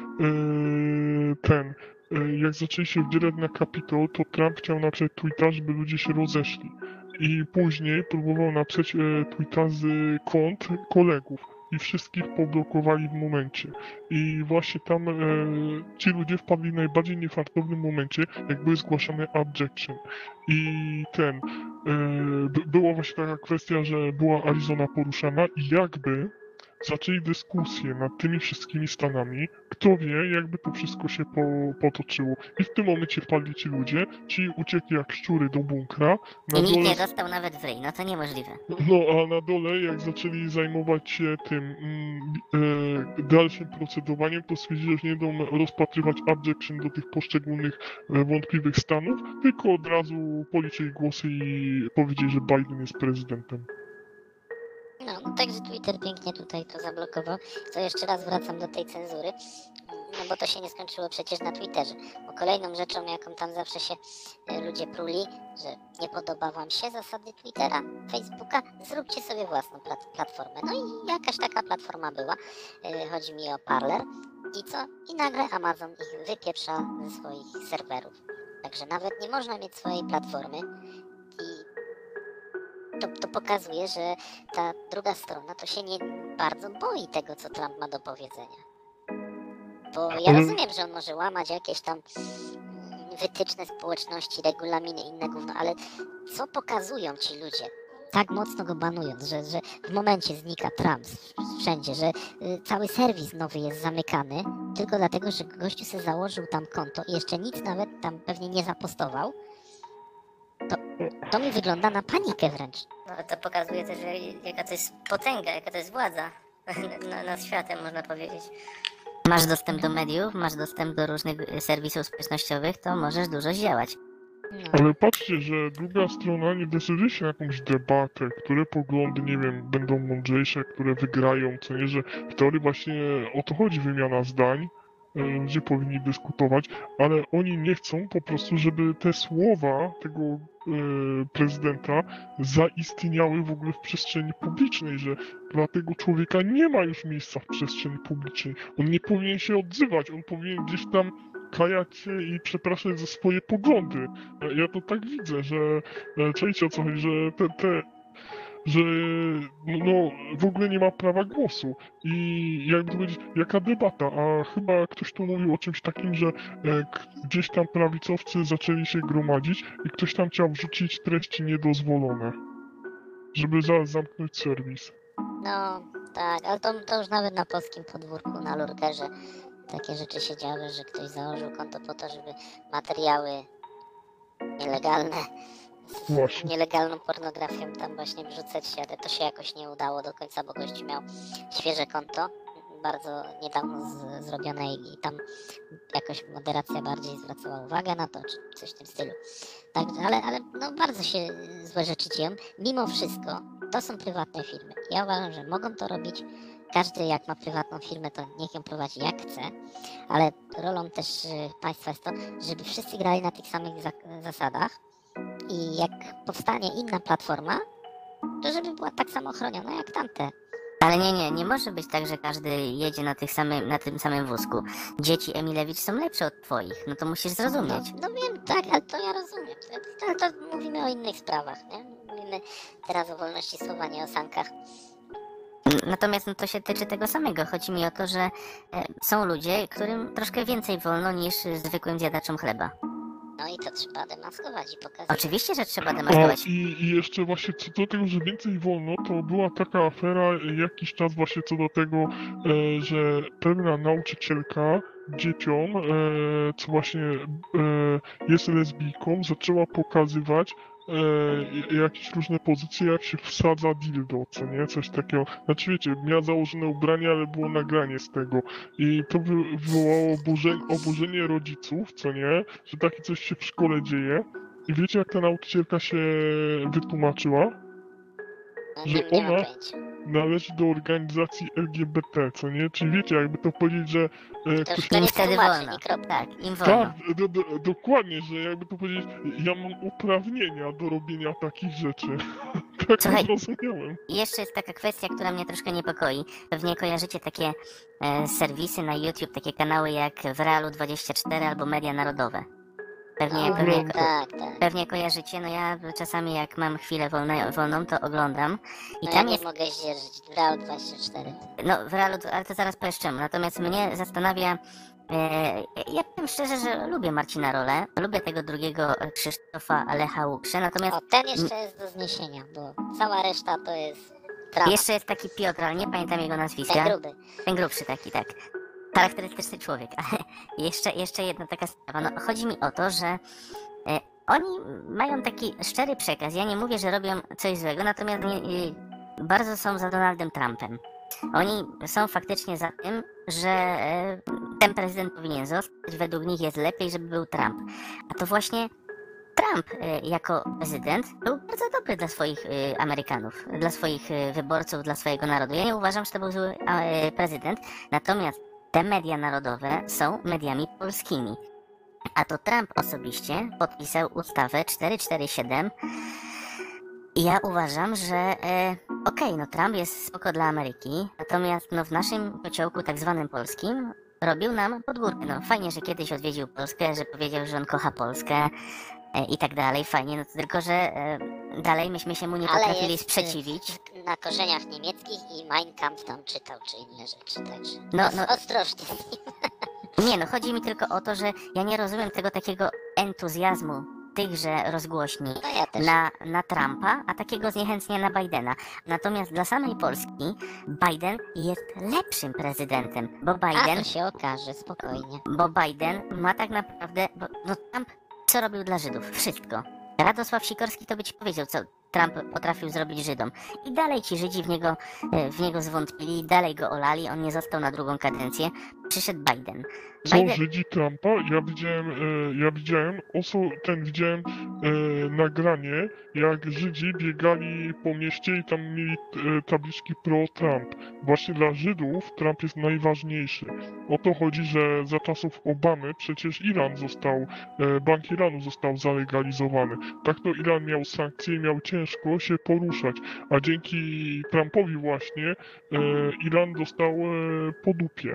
ten, e, jak zaczęli się wdzierać na Kapitol, to Trump chciał napisać tweeta, żeby ludzie się rozeszli. I później próbował napisać e, tweeta z kont kolegów. I wszystkich poblokowali w momencie. I właśnie tam e, ci ludzie wpadli w najbardziej niefartownym momencie, jak były zgłaszane objection. I ten, e, by, była właśnie taka kwestia, że była Arizona poruszana i jakby zaczęli dyskusję nad tymi wszystkimi stanami, kto wie, jakby to wszystko się po, potoczyło. I w tym momencie wpadli ci ludzie, ci uciekli jak szczury do bunkra, na i nikt dole... nie dostał nawet w ryj, no to niemożliwe. No, a na dole, jak zaczęli zajmować się tym mm, e, dalszym procedowaniem, to stwierdzili, że nie będą rozpatrywać objection do tych poszczególnych e, wątpliwych stanów, tylko od razu policzyli głosy i powiedzieli, że Biden jest prezydentem. No, no także Twitter pięknie tutaj to zablokował. To jeszcze raz wracam do tej cenzury. No bo to się nie skończyło przecież na Twitterze. Bo kolejną rzeczą, jaką tam zawsze się e, ludzie pruli, że nie podoba wam się zasady Twittera, Facebooka, zróbcie sobie własną plat platformę. No i jakaś taka platforma była. E, chodzi mi o Parler. I co? I nagle Amazon ich wypieprza ze swoich serwerów. Także nawet nie można mieć swojej platformy. I to, to pokazuje, że ta druga strona to się nie bardzo boi tego, co Trump ma do powiedzenia. Bo ja Ale- rozumiem, że on może łamać jakieś tam mm, wytyczne społeczności, regulaminy i inne gówno, ale co pokazują ci ludzie? Tak mocno go banując, że, że w momencie znika Trump w- wszędzie, że y, cały serwis nowy jest zamykany, tylko dlatego, że gościu sobie założył tam konto i jeszcze nic nawet tam pewnie nie zapostował, to, to mi wygląda na panikę wręcz. No, to pokazuje też, że jaka to jest potęga, jaka to jest władza na, nad światem, można powiedzieć. Masz dostęp do mediów, masz dostęp do różnych y, serwisów społecznościowych, to możesz dużo zdziałać. No. Ale patrzcie, że druga strona nie decyduje się na jakąś debatę, które poglądy, nie wiem, będą mądrzejsze, które wygrają, co nie, że w teorii właśnie o to chodzi wymiana zdań, e, ludzie powinni dyskutować, ale oni nie chcą po prostu, żeby te słowa tego e, prezydenta zaistniały w ogóle w przestrzeni publicznej, że dla tego człowieka nie ma już miejsca w przestrzeni publicznej. On nie powinien się odzywać, on powinien gdzieś tam kajać się i przepraszać za swoje poglądy. Ja- Ja to tak widzę, że e, czujecie o co chodzi, że te, te że no w ogóle nie ma prawa głosu i jakby to powiedzieć, jaka debata, a chyba ktoś tu mówił o czymś takim, że e, k- gdzieś tam prawicowcy zaczęli się gromadzić i ktoś tam chciał wrzucić treści niedozwolone, żeby za, zamknąć serwis. No, tak, ale to, to już nawet na polskim podwórku, na lurkerze takie rzeczy się działy, że ktoś założył konto po to, żeby materiały nielegalne, z Właśnie. nielegalną pornografią tam właśnie wrzucać się, ale to się jakoś nie udało do końca, bo gościu miał świeże konto, bardzo niedawno z, zrobione i, i tam jakoś moderacja bardziej zwracała uwagę na to, czy coś w tym stylu. Tak, ale, ale no bardzo się złe rzeczy dzieją. Mimo wszystko, to są prywatne firmy. Ja uważam, że mogą to robić, każdy jak ma prywatną firmę, to niech ją prowadzi jak chce, ale rolą też y, państwa jest to, żeby wszyscy grali na tych samych za- zasadach i jak powstanie inna platforma, to żeby była tak samo chroniona jak tamte. Ale nie, nie, nie może być tak, że każdy jedzie na, tych samym, na tym samym wózku. Dzieci Emilewicz są lepsze od twoich, no to musisz zrozumieć. No wiem, tak, ale to ja rozumiem. To, to, to mówimy o innych sprawach, nie? Mówimy teraz o wolności słowa, nie o sankach. Natomiast no, to się tyczy tego samego. Chodzi mi o to, że e, są ludzie, którym troszkę więcej wolno niż zwykłym zjadaczom chleba. No i to trzeba demaskować i pokazać. Oczywiście, że trzeba A demaskować. i, i jeszcze właśnie co do tego, że więcej wolno, to była taka afera jakiś czas właśnie co do tego, e, że pewna nauczycielka dzieciom, e, co właśnie e, jest lesbijką, zaczęła pokazywać e, jakieś różne pozycje, jak się wsadza dildo, co nie? Coś takiego. Znaczy wiecie, miała założone ubranie, ale było nagranie z tego. I to wy- wywołało oburzenie, oburzenie rodziców, co nie? Że takie coś się w szkole dzieje. I wiecie, jak ta nauczycielka się wytłumaczyła? No, że nie, nie mam ona- pojęcia. Należy do organizacji L G B T, co nie? Czyli wiecie, jakby to powiedzieć, że e, To już ktoś... koniec Wtedy tłumaczeń wolno. i kropka. Tak, im wolno. Tak, do, do, dokładnie, że jakby to powiedzieć, ja mam uprawnienia do robienia takich rzeczy. Tak Słuchaj. to zrozumiałem. I jeszcze jest taka kwestia, która mnie troszkę niepokoi. Pewnie kojarzycie takie e, serwisy na YouTube, takie kanały jak w Realu dwadzieścia cztery albo Media Narodowe. Pewnie, No, pewnie, tak, tak. pewnie kojarzycie, no ja czasami jak mam chwilę wolne, wolną, to oglądam. I No ja tam nie jest, mogę zdzierżyć. Real dwadzieścia cztery. no w Realu, ale to zaraz powiesz czemu. Natomiast mnie zastanawia, e, ja powiem szczerze, że lubię Marcina Rolę, lubię tego drugiego Krzysztofa Lecha Łukrze, natomiast O, ten jeszcze jest do zniesienia, bo cała reszta to jest trawa. jeszcze jest taki Piotr, ale nie pamiętam jego nazwiska. Ten gruby. Ten grubszy taki, tak. Charakterystyczny człowiek. Ale jeszcze, jeszcze jedna taka sprawa. No, chodzi mi o to, że e, oni mają taki szczery przekaz. Ja nie mówię, że robią coś złego, natomiast nie, e, bardzo są za Donaldem Trumpem. Oni są faktycznie za tym, że e, ten prezydent powinien zostać. Według nich jest lepiej, żeby był Trump. A to właśnie Trump e, jako prezydent był bardzo dobry dla swoich e, Amerykanów, dla swoich e, wyborców, dla swojego narodu. Ja nie uważam, że to był zły e, prezydent, natomiast te media narodowe są mediami polskimi. A to Trump osobiście podpisał ustawę czterysta czterdzieści siedem i ja uważam, że e, okej, no Trump jest spoko dla Ameryki, natomiast no w naszym kociołku tak zwanym polskim robił nam pod górkę. No fajnie, że kiedyś odwiedził Polskę, że powiedział, że on kocha Polskę e, i tak dalej, fajnie, no tylko, że e, dalej myśmy się mu nie Ale potrafili jest, sprzeciwić. Na korzeniach niemieckich i Mein Kampf tam czytał, czy inne rzeczy, także No, os- no. ostrożnie z nim. Nie, no chodzi mi tylko o to, że ja nie rozumiem tego takiego entuzjazmu tychże rozgłośni No ja też. na, na Trumpa, a takiego zniechęcenia na Bidena. Natomiast dla samej Polski Biden jest lepszym prezydentem, bo A Biden, to się okaże, spokojnie. bo Biden ma tak naprawdę, bo, no Trump co robił dla Żydów? Wszystko. Radosław Sikorski to by ci powiedział, co Trump potrafił zrobić Żydom. I dalej ci Żydzi w niego, e, w niego zwątpili, dalej go olali, on nie został na drugą kadencję. Przyszedł Biden. Co Biden Żydzi Trumpa? Ja widziałem, e, ja widziałem, oso, ten widziałem e, nagranie, jak Żydzi biegali po mieście i tam mieli e, tabliczki pro-Trump. Właśnie dla Żydów Trump jest najważniejszy. O to chodzi, że za czasów Obamy przecież Iran został, e, Bank Iranu został zalegalizowany. Tak to Iran miał sankcje i miał ciężko się poruszać, a dzięki Trumpowi właśnie e, Iran dostał e, po dupie.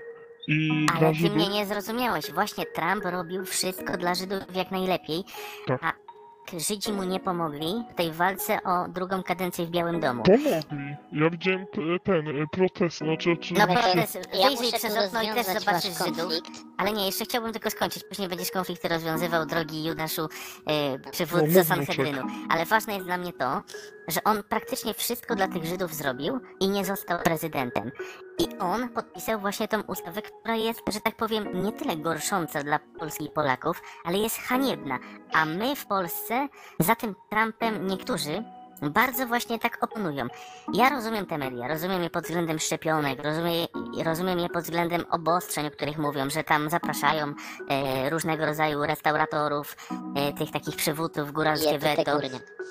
I dla Ale ty Żydów... mnie nie zrozumiałeś. Właśnie Trump robił wszystko dla Żydów jak najlepiej, Tak. a Żydzi mu nie pomogli w tej walce o drugą kadencję w Białym Domu. Pomogli. Ja widziałem e, ten e, protest, znaczy... Czy, No Ale protest, ja wyjrzyj muszę przez tu okno i też rozwiązać zobaczysz wasz Żydów. konflikt. Ale nie, jeszcze chciałbym tylko skończyć, później będziesz konflikty rozwiązywał, drogi Judaszu, e, No, przywódco mów, Sanhedrynu. Ale ważne jest dla mnie to, że on praktycznie wszystko dla tych Żydów zrobił i nie został prezydentem. I on podpisał właśnie tą ustawę, która jest, że tak powiem, nie tyle gorsząca dla Polski i Polaków, ale jest haniebna. A my w Polsce za tym Trumpem niektórzy bardzo właśnie tak oponują. Ja rozumiem te media, rozumiem je pod względem szczepionek, rozumiem, rozumiem je pod względem obostrzeń, o których mówią, że tam zapraszają e, różnego rodzaju restauratorów, e, tych takich przywódców, góralskie Diety te weto. kurnia.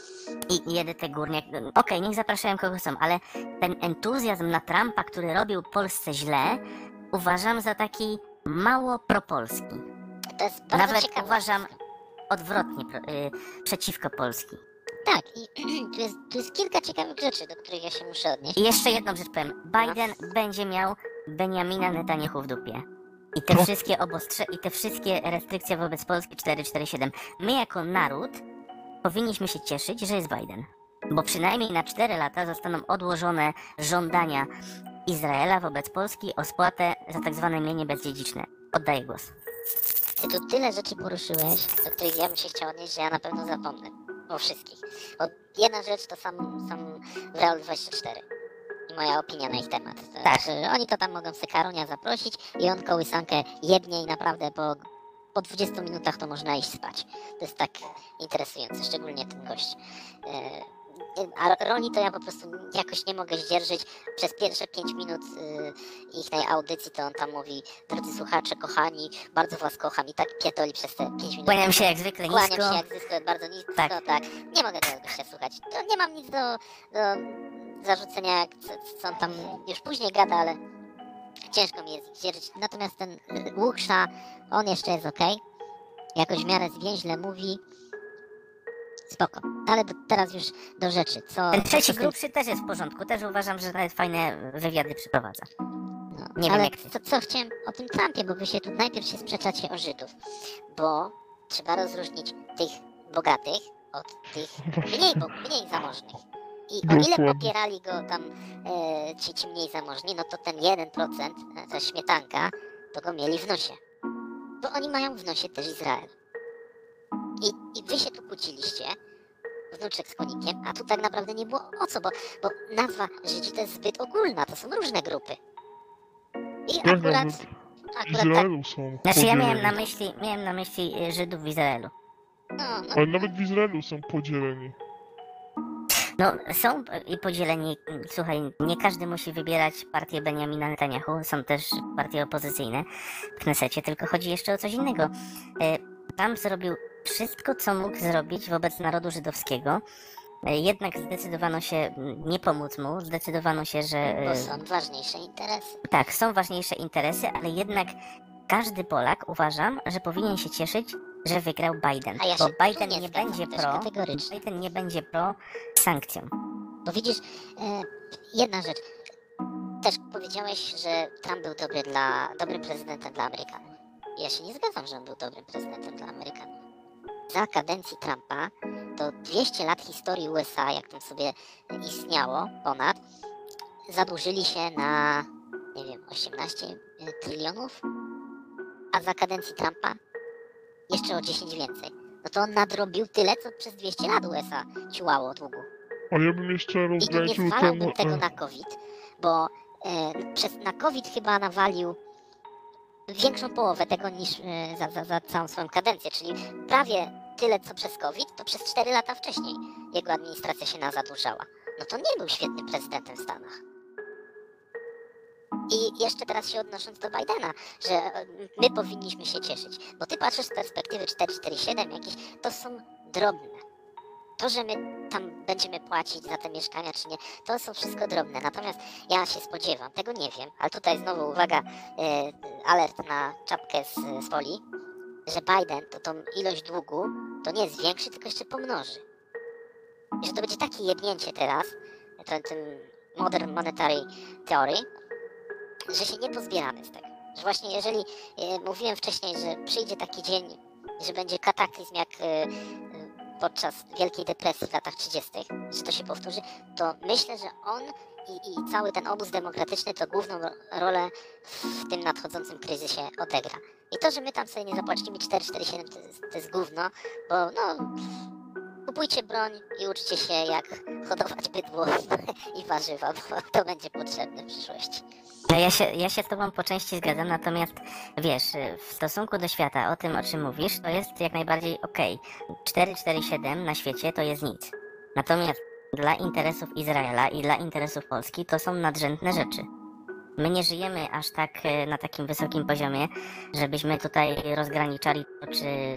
i jedę te górnie. Okej, niech zapraszają kogo chcą, ale ten entuzjazm na Trumpa, który robił Polsce źle, uważam za taki mało propolski. To jest bardzo Nawet ciekawe. uważam odwrotnie, pro, y, przeciwko Polski. Tak, i tu jest, tu jest kilka ciekawych rzeczy, do których ja się muszę odnieść. I jeszcze jedną rzecz powiem. Biden będzie miał Benjamina Netanyahu w dupie. I te wszystkie obostrze, i te wszystkie restrykcje wobec Polski czterysta czterdzieści siedem. My jako naród powinniśmy się cieszyć, że jest Biden. Bo przynajmniej na cztery lata zostaną odłożone żądania Izraela wobec Polski o spłatę za tak zwane mienie bezdziedziczne. Oddaję głos. Ty tu tyle rzeczy poruszyłeś, do których ja bym się chciał odnieść, że ja na pewno zapomnę. O wszystkich. Bo jedna rzecz to sam, sam Real dwadzieścia cztery. I moja opinia na ich temat. To Tak. znaczy, oni to tam mogą Sykarunia zaprosić i on kołysankę jednie i naprawdę po, po dwudziestu minutach to można iść spać. To jest tak interesujące, szczególnie ten gość. E, A Roni to ja po prostu jakoś nie mogę zdzierżyć. Przez pierwsze pięć minut y, ich tej audycji to on tam mówi: drodzy słuchacze, kochani, bardzo was kocham, i tak pierdoli przez te pięć minut. Kłaniam się jak zwykle Kłaniam nisko. się jak zwykle bardzo nisko, Tak. tak. tak. Nie mogę tego gościa słuchać. To nie mam nic do, do zarzucenia, jak co, co on tam już później gada, ale ciężko mi jest zdzierżyć. Natomiast ten y, Łuksza, on jeszcze jest okej. Jakoś w miarę zwięźle mówi. Spoko. Ale do, teraz już do rzeczy. Co, Ten co trzeci się z tym- grubszy też jest w porządku. Też uważam, że nawet fajne wywiady przeprowadza. No, Nie wiem ale jak ty. co, co chciałem o tym Trumpie, bo wy się tu najpierw się sprzeczacie o Żydów, bo trzeba rozróżnić tych bogatych od tych mniej, bo, mniej zamożnych. I o ile Dokładnie. popierali go tam e, ci, ci mniej zamożni, no to ten jeden procent, e, ta śmietanka, to go mieli w nosie. Bo oni mają w nosie też Izrael. I, i wy się tu kłóciliście, wnuczek z konikiem, a tu tak naprawdę nie było o co, bo, bo nazwa Żydzi to jest zbyt ogólna, to są różne grupy. I Tak, akurat, nawet w akurat tak, Izraelu są Znaczy ja miałem podzieleni. na myśli, miałem na myśli y, Żydów w Izraelu. no, no, Ale nawet w Izraelu są podzieleni. No, są i podzieleni, słuchaj, nie każdy musi wybierać partię Benjamina Netanyahu, są też partie opozycyjne w Knesecie, tylko chodzi jeszcze o coś innego. E, Trump zrobił wszystko, co mógł zrobić wobec narodu żydowskiego, e, jednak zdecydowano się mm, nie pomóc mu, zdecydowano się, że e, bo są ważniejsze interesy. tak, są ważniejsze interesy, ale jednak każdy Polak, uważam, że powinien się cieszyć, że wygrał Biden, A ja bo się tu Biden nie nie zgadzam będzie też pro, kategorycznie. Biden nie będzie pro sankcjom. Bo widzisz, e, jedna rzecz. Też powiedziałeś, że Trump był dobry dla, dobrym prezydentem dla Amerykanów. Ja się nie zgadzam, że on był dobrym prezydentem dla Amerykanów. Za kadencji Trumpa to dwieście lat historii U S A, jak tam sobie istniało ponad, zadłużyli się na, nie wiem, osiemnaście trylionów, a za kadencji Trumpa jeszcze o dziesięć więcej. No to on nadrobił tyle, co przez dwieście lat U S A ciułało długu. Ale ja bym jeszcze I tu nie rozgraniczył zwalałbym ten... tego e, na COVID, bo e, przez, na COVID chyba nawalił większą połowę tego niż e, za, za, za całą swoją kadencję, czyli prawie tyle co przez COVID, to przez cztery lata wcześniej jego administracja się nazadłużała. No to nie był świetnym prezydentem w Stanach. I jeszcze teraz się odnosząc do Bidena, że e, my powinniśmy się cieszyć, bo ty patrzysz z perspektywy cztery cztery siedem jakieś, to są drobne. To, że my tam będziemy płacić za te mieszkania, czy nie, to są wszystko drobne. Natomiast ja się spodziewam, tego nie wiem, ale tutaj znowu uwaga, e, alert na czapkę z, z folii, że Biden to tą ilość długu to nie zwiększy, tylko jeszcze pomnoży. I że to będzie takie jebnięcie teraz, to, tym Modern Monetary Theory, że się nie pozbieramy z tego. Że właśnie jeżeli, e, mówiłem wcześniej, że przyjdzie taki dzień, że będzie kataklizm jak e, podczas Wielkiej Depresji w latach trzydziestych, że to się powtórzy, to myślę, że on i, i cały ten obóz demokratyczny to główną ro- rolę w tym nadchodzącym kryzysie odegra. I to, że my tam sobie nie zapłacimy cztery cztery siedem, to jest, to jest gówno, bo no, kupujcie broń i uczcie się, jak hodować bydło i warzywa, bo to będzie potrzebne w przyszłości. No ja się, ja się z tobą po części zgadzam, natomiast wiesz, w stosunku do świata, o tym o czym mówisz, to jest jak najbardziej okej. cztery cztery siedem na świecie to jest nic. Natomiast dla interesów Izraela i dla interesów Polski to są nadrzędne rzeczy. My nie żyjemy aż tak e, na takim wysokim poziomie, żebyśmy tutaj rozgraniczali to, czy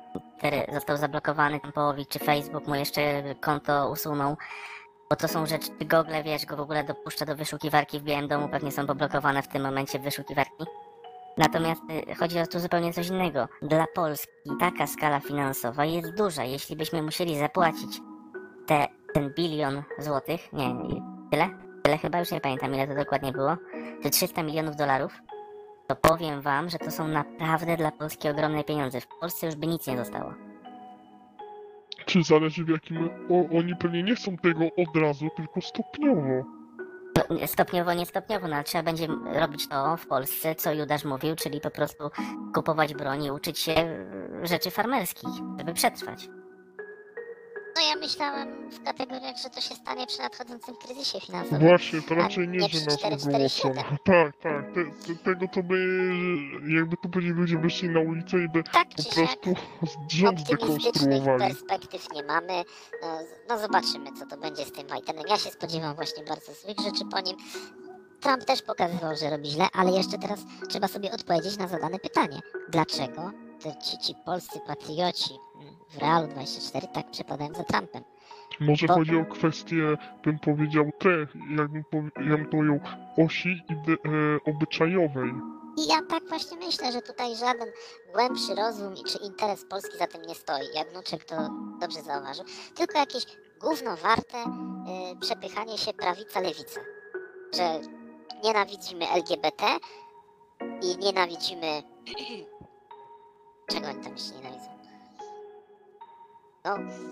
Twitter został zablokowany, ten Połowik czy Facebook mu jeszcze konto usunął. Bo to są rzeczy, Google, wiesz, go w ogóle dopuszcza do wyszukiwarki w Białym Domu, pewnie są poblokowane w tym momencie wyszukiwarki. Natomiast y, chodzi o tu zupełnie coś innego. Dla Polski taka skala finansowa jest duża. Jeśli byśmy musieli zapłacić te, ten bilion złotych, nie, nie, tyle? Tyle chyba, już nie pamiętam ile to dokładnie było, te trzysta milionów dolarów, to powiem wam, że to są naprawdę dla Polski ogromne pieniądze. W Polsce już by nic nie zostało. Czy zależy w jakim... O, oni pewnie nie chcą tego od razu, tylko stopniowo. No, stopniowo, nie stopniowo, no ale trzeba będzie robić to w Polsce, co Judasz mówił, czyli po prostu kupować broń i uczyć się y, rzeczy farmerskich, żeby przetrwać. No ja myślałem w kategoriach, że to się stanie przy nadchodzącym kryzysie finansowym. Właśnie, to A raczej nie, nie że przy nas cztery cztery ogłosą. siedem. Tak, tak, te, te, tego to by... Jakby tu byli ludzie wyszli na ulicę i by Tak po czy siak, prostu rząd optymistycznych zdekonstruowali. perspektyw nie mamy. No, no zobaczymy, co to będzie z tym Bidenem. Ja się spodziewam właśnie bardzo złych rzeczy po nim. Trump też pokazywał, że robi źle, ale jeszcze teraz trzeba sobie odpowiedzieć na zadane pytanie. Dlaczego te ci, ci polscy patrioci mm, w Realu dwadzieścia cztery tak przepadają za Trumpem? Może Bo- chodzi o kwestię, bym powiedział, te, jakbym, powi- jakbym to ją osi ide- e, obyczajowej. I ja tak właśnie myślę, że tutaj żaden głębszy rozum i czy interes Polski za tym nie stoi. Jak Wnuczek to dobrze zauważył. Tylko jakieś gówno warte y, przepychanie się prawica-lewica. Że nienawidzimy L G B T i nienawidzimy... Czego oni tam jeszcze nienawidzą? No,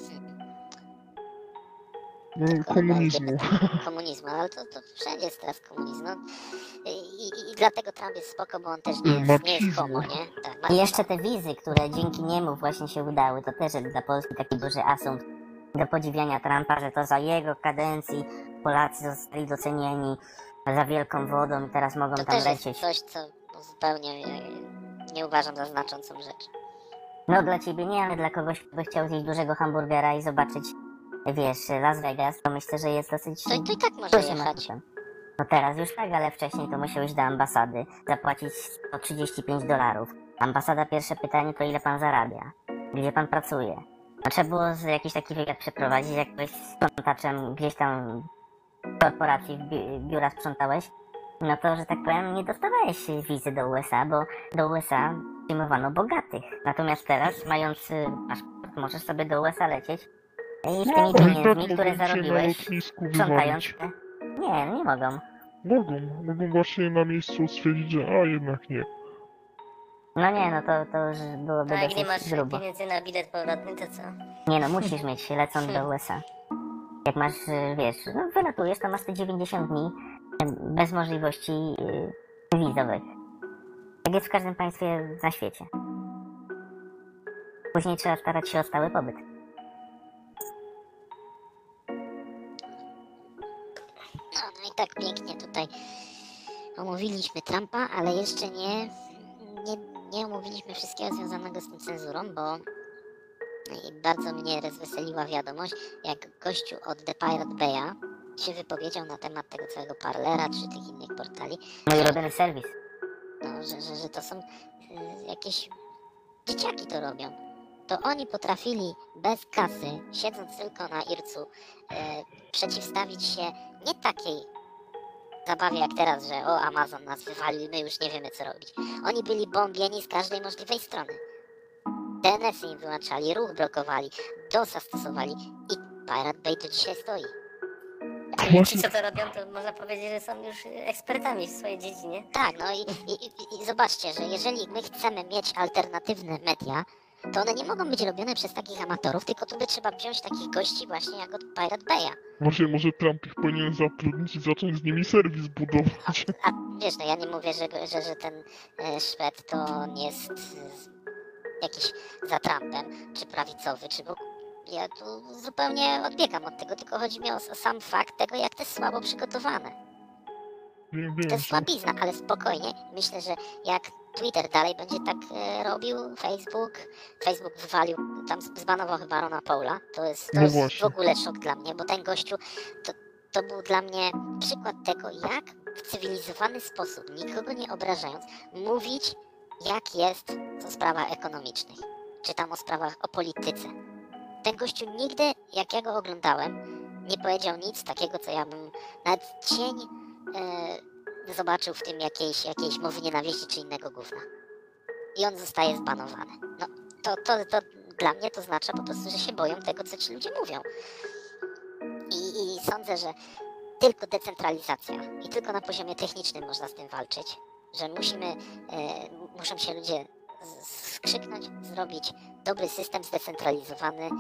No, komunizmu. komunizmu, ale to, to wszędzie jest teraz komunizm. No. I, i, I dlatego Trump jest spoko, bo on też nie jest, nie jest homo, nie? Tak, I jeszcze te wizy, które dzięki niemu właśnie się udały, to też jest dla Polski taki duży asumpt do podziwiania Trumpa, że to za jego kadencji Polacy zostali docenieni za wielką wodą i teraz mogą to tam też lecieć. jest coś, co no, zupełnie e, nie uważam za znaczącą rzecz. No dla ciebie nie, ale dla kogoś, kto by chciał zjeść dużego hamburgera i zobaczyć, wiesz, Las Vegas, to myślę, że jest dosyć To, to i tak może dużym jechać. atutem. No teraz już tak, ale wcześniej to musiałeś do ambasady zapłacić sto trzydzieści pięć dolarów. Ambasada, pierwsze pytanie to ile pan zarabia? Gdzie pan pracuje? No trzeba było z jakiś taki wywiad przeprowadzić, jak byłeś sprzątaczem gdzieś tam w korporacji, w bi- biura sprzątałeś, no to, że tak powiem, nie dostawałeś wizy do U S A, bo do U S A przyjmowano bogatych. Natomiast teraz, mając y, paszport, możesz sobie do U S A lecieć i z tymi Ale i tak pieniędzmi, które mogą cię na zarobiłeś, lotnisku sprzątając wywalić. te... Nie, nie mogą. Mogą, mogą właśnie na miejscu stwierdzić, że a jednak nie. No nie, no to, to już byłoby A jak nie dosyć masz grubo. pieniędzy na bilet powrotny, to co? Nie no, musisz mieć lecąc do U S A. Jak masz, y, wiesz, no wylatujesz, to masz te dziewięćdziesiąt dni y, bez możliwości y, wizowych. Jak jest w każdym państwie na świecie. Później trzeba starać się o stały pobyt. No, no i tak pięknie tutaj omówiliśmy Trumpa, ale jeszcze nie, nie, nie omówiliśmy wszystkiego związanego z tą cenzurą, bo bardzo mnie rozweseliła wiadomość, jak gościu od The Pirate Bay'a się wypowiedział na temat tego całego Parlera czy tych innych portali, Mój ulubiony serwis. no, że, że, że to są y, jakieś dzieciaki to robią. To oni potrafili bez kasy, siedząc tylko na Ircu, y, przeciwstawić się nie takiej zabawie jak teraz, że o Amazon nas wywalił i my już nie wiemy co robić. Oni byli bombieni z każdej możliwej strony. D N S-y im wyłączali, ruch blokowali, DOSa stosowali i Pirate Bay do dzisiaj stoi. Ci, Właśnie, co to robią, to można powiedzieć, że są już ekspertami w swojej dziedzinie. Tak, no i, i, i, i zobaczcie, że jeżeli my chcemy mieć alternatywne media, to one nie mogą być robione przez takich amatorów, tylko tu by trzeba wziąć takich gości właśnie jak od Pirate Bay'a. właśnie może Trump ich powinien zatrudnić i zacząć z nimi serwis budować. A wiesz, no ja nie mówię, że, że, że ten e, Szwed to nie jest e, jakiś za Trumpem, czy prawicowy, czy... Bo ja tu zupełnie odbiegam od tego, tylko chodzi mi o, o sam fakt tego, jak to jest słabo przygotowane. Wiem, To wiem, jest słabizna, ale spokojnie. Myślę, że jak Twitter dalej będzie tak e, robił, Facebook, Facebook wywalił, tam zbanował chyba Rona Paula, to jest, to No jest w właśnie. ogóle szok dla mnie, bo ten gościu, to, to był dla mnie przykład tego, jak w cywilizowany sposób, nikogo nie obrażając, mówić, jak jest w sprawach ekonomicznych. czy tam o sprawach o polityce. Ten gościu nigdy, jak ja go oglądałem, nie powiedział nic takiego, co ja bym nawet cień e, zobaczył w tym jakiejś, jakiejś mowy nienawiści czy innego gówna. I on zostaje zbanowany. No to, to, to dla mnie to znaczy po prostu, że się boją tego, co ci ludzie mówią. I, i sądzę, że tylko decentralizacja i tylko na poziomie technicznym można z tym walczyć, że musimy, e, muszą się ludzie z- skrzyknąć, zrobić dobry system zdecentralizowany e,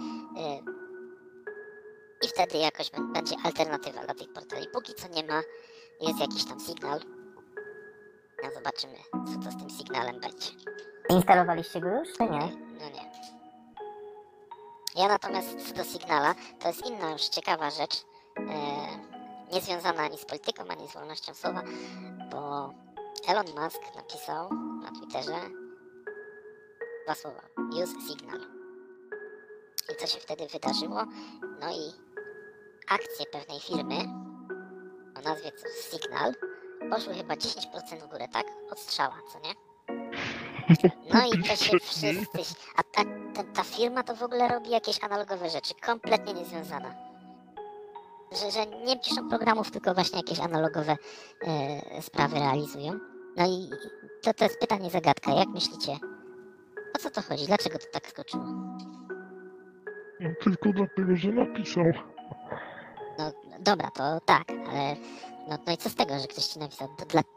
i wtedy jakoś b- będzie alternatywa dla tych portali. Póki co nie ma, jest jakiś tam sygnał. No zobaczymy, co to z tym sygnałem będzie. Instalowaliście go już, czy nie? No nie. Ja natomiast co do Signala, to jest inna już ciekawa rzecz, e, niezwiązana ani z polityką, ani z wolnością słowa, bo Elon Musk napisał na Twitterze dwa słowa, use Signal. I co się wtedy wydarzyło? No i akcje pewnej firmy o nazwie co, Signal poszły chyba dziesięć procent w górę, tak? Od strzała, co nie? No i to się wszyscy... A ta, ta, ta firma to w ogóle robi jakieś analogowe rzeczy, kompletnie niezwiązane. Że, że nie piszą programów, tylko właśnie jakieś analogowe e, sprawy realizują. No i to, to jest pytanie, zagadka. Jak myślicie? O co to chodzi? Dlaczego to tak skoczyło? No, tylko dlatego, że napisał. No dobra, to tak, ale... No, no i co z tego, że ktoś ci napisał? To dla...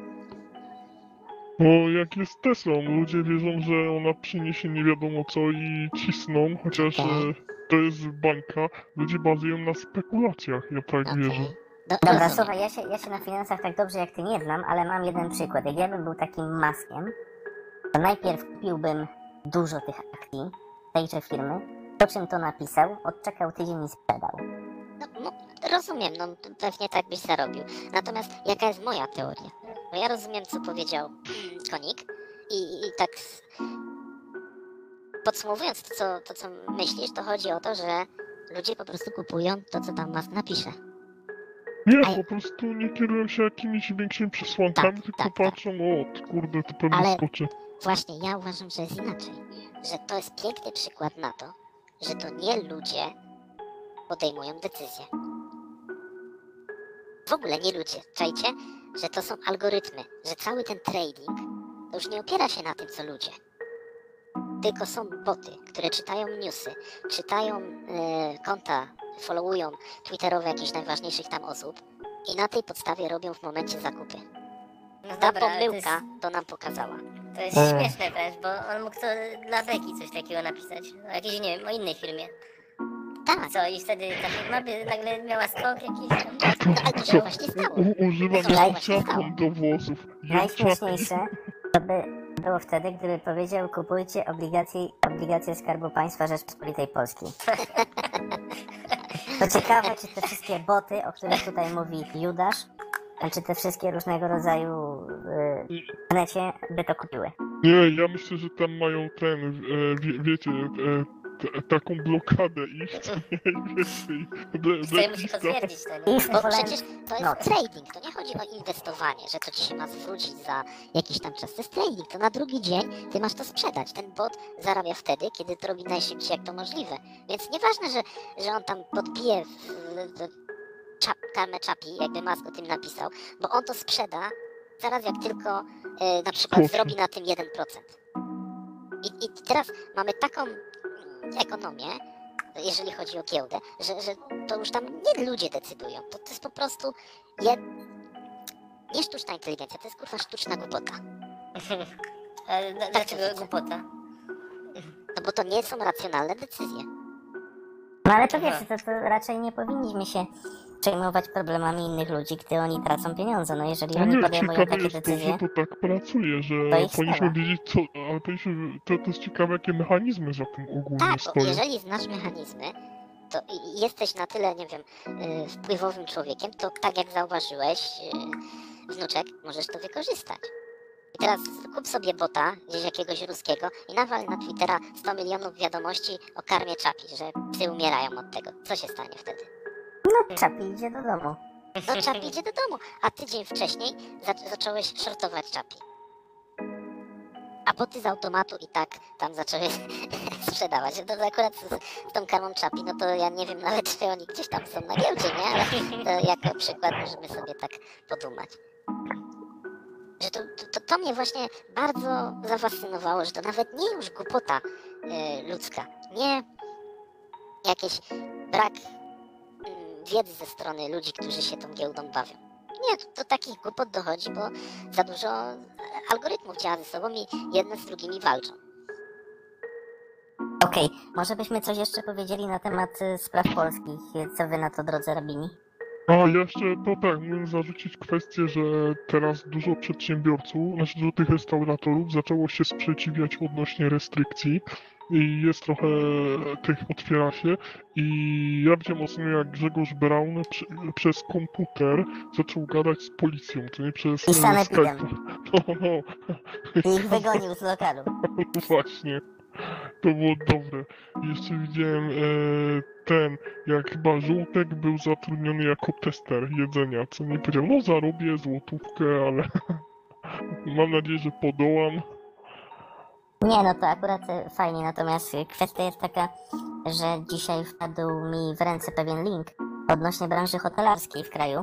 Bo jak jest Teslą, ludzie wierzą, że ona przyniesie nie wiadomo co i cisną, chociaż e, to jest bańka. Ludzie bazują na spekulacjach, ja tak Okej. wierzę. Do, Dobra, rozumiem. słuchaj, ja się, ja się na finansach tak dobrze jak ty nie znam, ale mam jeden przykład. Jak ja bym był takim maskiem, to najpierw kupiłbym dużo tych akcji tejże firmy, po czym to napisał, odczekał tydzień i sprzedał. No, no, rozumiem, no p- pewnie tak byś zarobił. Natomiast jaka jest moja teoria? Bo ja rozumiem, co powiedział mm, Konik i, i tak s- podsumowując to co, to, co myślisz, to chodzi o to, że ludzie po prostu kupują to, co tam Musk napisze. Nie, A ja- po prostu nie kierują się jakimiś większymi przesłankami, Tak, tylko tak, tak. patrzą, o kurde, to pewnie Ale- skoczy. Właśnie, ja uważam, że jest inaczej. Że to jest piękny przykład na to, że to nie ludzie podejmują decyzje. W ogóle nie ludzie. Czajcie, że to są algorytmy, że cały ten trading to już nie opiera się na tym, co ludzie. Tylko są boty, które czytają newsy, czytają e, konta, followują twitterowe jakichś najważniejszych tam osób i na tej podstawie robią w momencie zakupy. No Ta dobra, ale to jest, pomyłka to nam pokazała. to jest śmieszne wręcz, bo on mógł to dla beki coś takiego napisać. O jakiejś, nie wiem, o innej firmie. Tak, Co, i wtedy ta firma by nagle miała skok jakiś tam. no, ale to się właśnie stało. U, używam To się Naj- właśnie stało. czapą do włosów. Najśmieszniejsze to by było wtedy, gdyby powiedział kupujcie obligacje, obligacje Skarbu Państwa Rzeczpospolitej Polskiej. To ciekawe, czy te wszystkie boty, o których tutaj mówi Judasz, czy te wszystkie różnego rodzaju y, w necie by to kupiły. Nie, ja myślę, że tam mają ten, e, wie, wiecie, e, t, taką blokadę ich, co nie więcej. Ble, Chce musi blacklista. potwierdzić to, nie? I Bo wolałem- przecież to jest no. trading, to nie chodzi o inwestowanie, że to ci się ma zwrócić za jakiś tam czas. To jest trading, to na drugi dzień ty masz to sprzedać. Ten bot zarabia wtedy, kiedy to robi najszybciej jak to możliwe. Więc nieważne, że, że on tam podbije w, w, w czap, karmę czapi, jakby Musk o tym napisał, bo on to sprzeda zaraz jak tylko e, na przykład Kurczę. zrobi na tym jeden procent. I, I teraz mamy taką mm, ekonomię, jeżeli chodzi o giełdę, że, że to już tam nie ludzie decydują. To, to jest po prostu jed... nie sztuczna inteligencja, to jest kurwa sztuczna głupota. Ale d- dlaczego głupota? No bo to nie są racjonalne decyzje. No ale to wiesz, to, to raczej nie powinniśmy się przejmować problemami innych ludzi, gdy oni tracą pieniądze. No jeżeli No oni nie, podejmują ciekawe takie jest to, decyzje, że to tak pracuje, że To ich powinniśmy sprawa. wiedzieć co, ale powinniśmy, to, to jest ciekawe jakie mechanizmy za tym ogólnie Tak, bo stoją. jeżeli znasz mechanizmy, to i- i jesteś na tyle, nie wiem, y, wpływowym człowiekiem, to tak jak zauważyłeś, y, wnuczek, możesz to wykorzystać. I teraz kup sobie bota, gdzieś jakiegoś ruskiego i nawal na Twittera sto milionów wiadomości o karmie czapi, że psy umierają od tego. Co się stanie wtedy? no czapi idzie do domu. No czapi idzie do domu, a tydzień wcześniej za zacząłeś shortować czapi. poty z automatu i tak tam zaczęły sprzedawać. To akurat z, z tą karmą Czapi, no to ja nie wiem nawet, czy oni gdzieś tam są na giełdzie, nie? Ale to jako przykład możemy sobie tak podumać. Że to, to, to mnie właśnie bardzo zafascynowało, że to nawet nie już głupota y, ludzka, nie jakiś brak y, wiedzy ze strony ludzi, którzy się tą giełdą bawią. Nie, to, to takich głupot dochodzi, bo za dużo algorytmów działa ze sobą i jedne z drugimi walczą. Okej, może byśmy coś jeszcze powiedzieli na temat y, spraw polskich. Co wy na to, drodzy rabini? A jeszcze to tak, mógłbym zarzucić kwestię, że teraz dużo przedsiębiorców, znaczy dużo tych restauratorów zaczęło się sprzeciwiać odnośnie restrykcji i jest trochę tych otwiera się i ja widziałem ostatnio jak Grzegorz Braun przy, przez komputer zaczął gadać z policją, to nie przez I sanepidem. Skype'a. No, no, I ich wygonił z lokalu. właśnie. To było dobre. Jeszcze widziałem e, ten, jak chyba Żółtek był zatrudniony jako tester jedzenia, co nie powiedział, no zarobię złotówkę, ale mam nadzieję, że podołam. Nie, no to akurat y, fajnie, natomiast y, kwestia jest taka, że dzisiaj wpadł mi w ręce pewien link odnośnie branży hotelarskiej w kraju,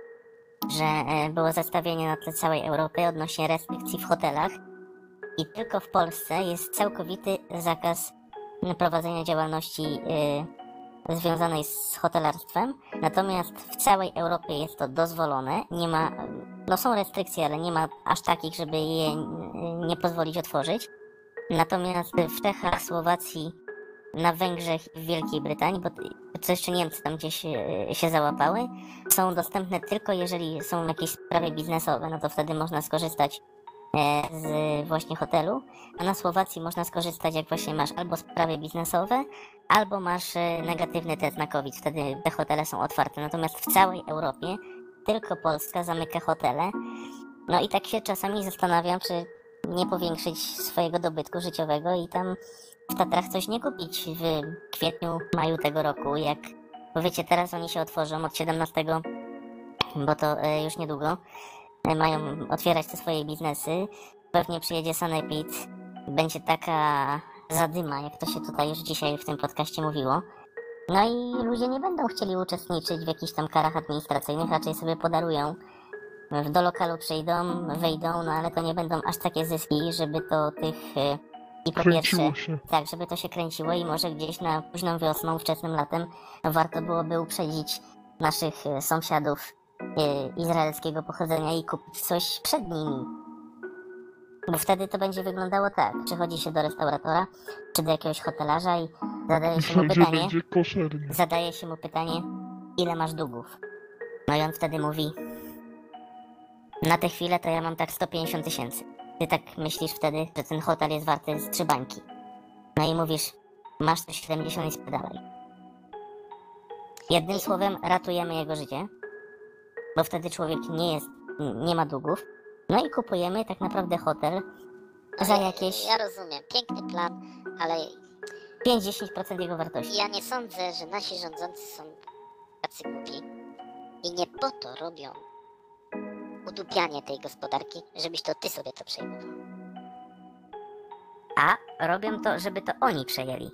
że y, było zestawienie na tle całej Europy odnośnie restrykcji w hotelach i tylko w Polsce jest całkowity zakaz prowadzenia działalności y, związanej z hotelarstwem, natomiast w całej Europie jest to dozwolone, nie ma, no są restrykcje, ale nie ma aż takich, żeby je y, nie pozwolić otworzyć. Natomiast w Czechach, Słowacji, na Węgrzech i w Wielkiej Brytanii, bo co jeszcze Niemcy tam gdzieś e, się załapały, są dostępne tylko jeżeli są jakieś sprawy biznesowe, no to wtedy można skorzystać e, z właśnie hotelu, a na Słowacji można skorzystać jak właśnie masz albo sprawy biznesowe, albo masz e, negatywny test na COVID, wtedy te hotele są otwarte, natomiast w całej Europie tylko Polska zamyka hotele, no i tak się czasami zastanawiam, czy nie powiększyć swojego dobytku życiowego i tam w Tatrach coś nie kupić w kwietniu, maju tego roku, jak, bo wiecie, teraz oni się otworzą od siedemnastego, bo to e, już niedługo, e, mają otwierać te swoje biznesy, pewnie przyjedzie Sanepid, będzie taka zadyma, jak to się tutaj już dzisiaj w tym podcaście mówiło, no i ludzie nie będą chcieli uczestniczyć w jakichś tam karach administracyjnych, raczej sobie podarują. Do lokalu przyjdą, wyjdą, no ale to nie będą aż takie zyski, żeby to tych... e, I po pierwsze, Kręciło się. tak, żeby to się kręciło i może gdzieś na późną wiosną, wczesnym latem warto byłoby uprzedzić naszych e, sąsiadów e, izraelskiego pochodzenia i kupić coś przed nimi. Bo wtedy to będzie wyglądało tak. Przychodzi się do restauratora, czy do jakiegoś hotelarza i zadaje się mu Wszędzie pytanie, będzie koszernie. zadaje się mu pytanie, ile masz długów. No i on wtedy mówi, na tę chwilę to ja mam tak sto pięćdziesiąt tysięcy. Ty tak myślisz wtedy, że ten hotel jest warty z trzy bańki. No i mówisz, masz tu siedemdziesiąt i sprzedawaj. Jednym słowem ratujemy jego życie, bo wtedy człowiek nie jest, nie ma długów. No i kupujemy tak naprawdę hotel za Ja- jakieś Ja rozumiem, piękny plan, ale pięć do dziesięciu procent jego wartości. ja nie sądzę, że nasi rządzący są tacy głupi i nie po to robią udupianie tej gospodarki, żebyś to ty sobie to przejmował. A robią to, żeby to oni przejęli.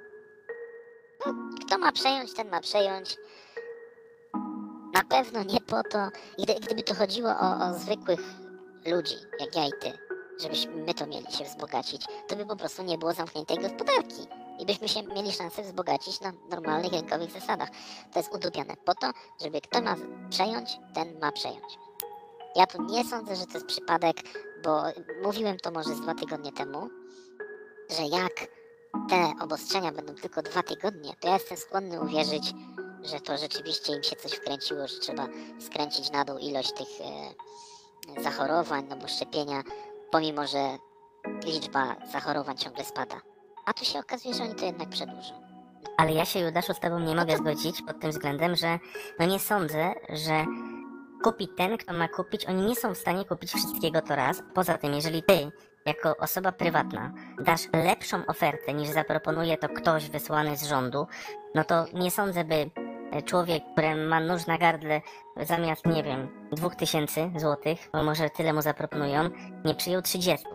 Kto ma przejąć, ten ma przejąć. Na pewno nie po to, gdy, gdyby to chodziło o, o zwykłych ludzi, jak ja i ty, żebyśmy my to mieli się wzbogacić, to by po prostu nie było zamkniętej gospodarki i byśmy się mieli szansę wzbogacić na normalnych, rynkowych zasadach. To jest udupione po to, żeby kto ma przejąć, ten ma przejąć. Ja tu nie sądzę, że to jest przypadek, bo mówiłem to może z dwa tygodnie temu, że jak te obostrzenia będą tylko dwa tygodnie, to ja jestem skłonny uwierzyć, że to rzeczywiście im się coś wkręciło, że trzeba skręcić na dół ilość tych e, zachorowań, no bo szczepienia, pomimo że liczba zachorowań ciągle spada. A tu się okazuje, że oni to jednak przedłużą. Ale ja się, Judaszu, z tobą nie mogę zgodzić pod tym względem, że no nie sądzę, że kupi ten, kto ma kupić. Oni nie są w stanie kupić wszystkiego to raz. Poza tym, jeżeli ty, jako osoba prywatna, dasz lepszą ofertę niż zaproponuje to ktoś wysłany z rządu, no to nie sądzę, by człowiek, który ma nóż na gardle, zamiast, nie wiem, dwóch tysięcy złotych, bo może tyle mu zaproponują, nie przyjął trzydziestu.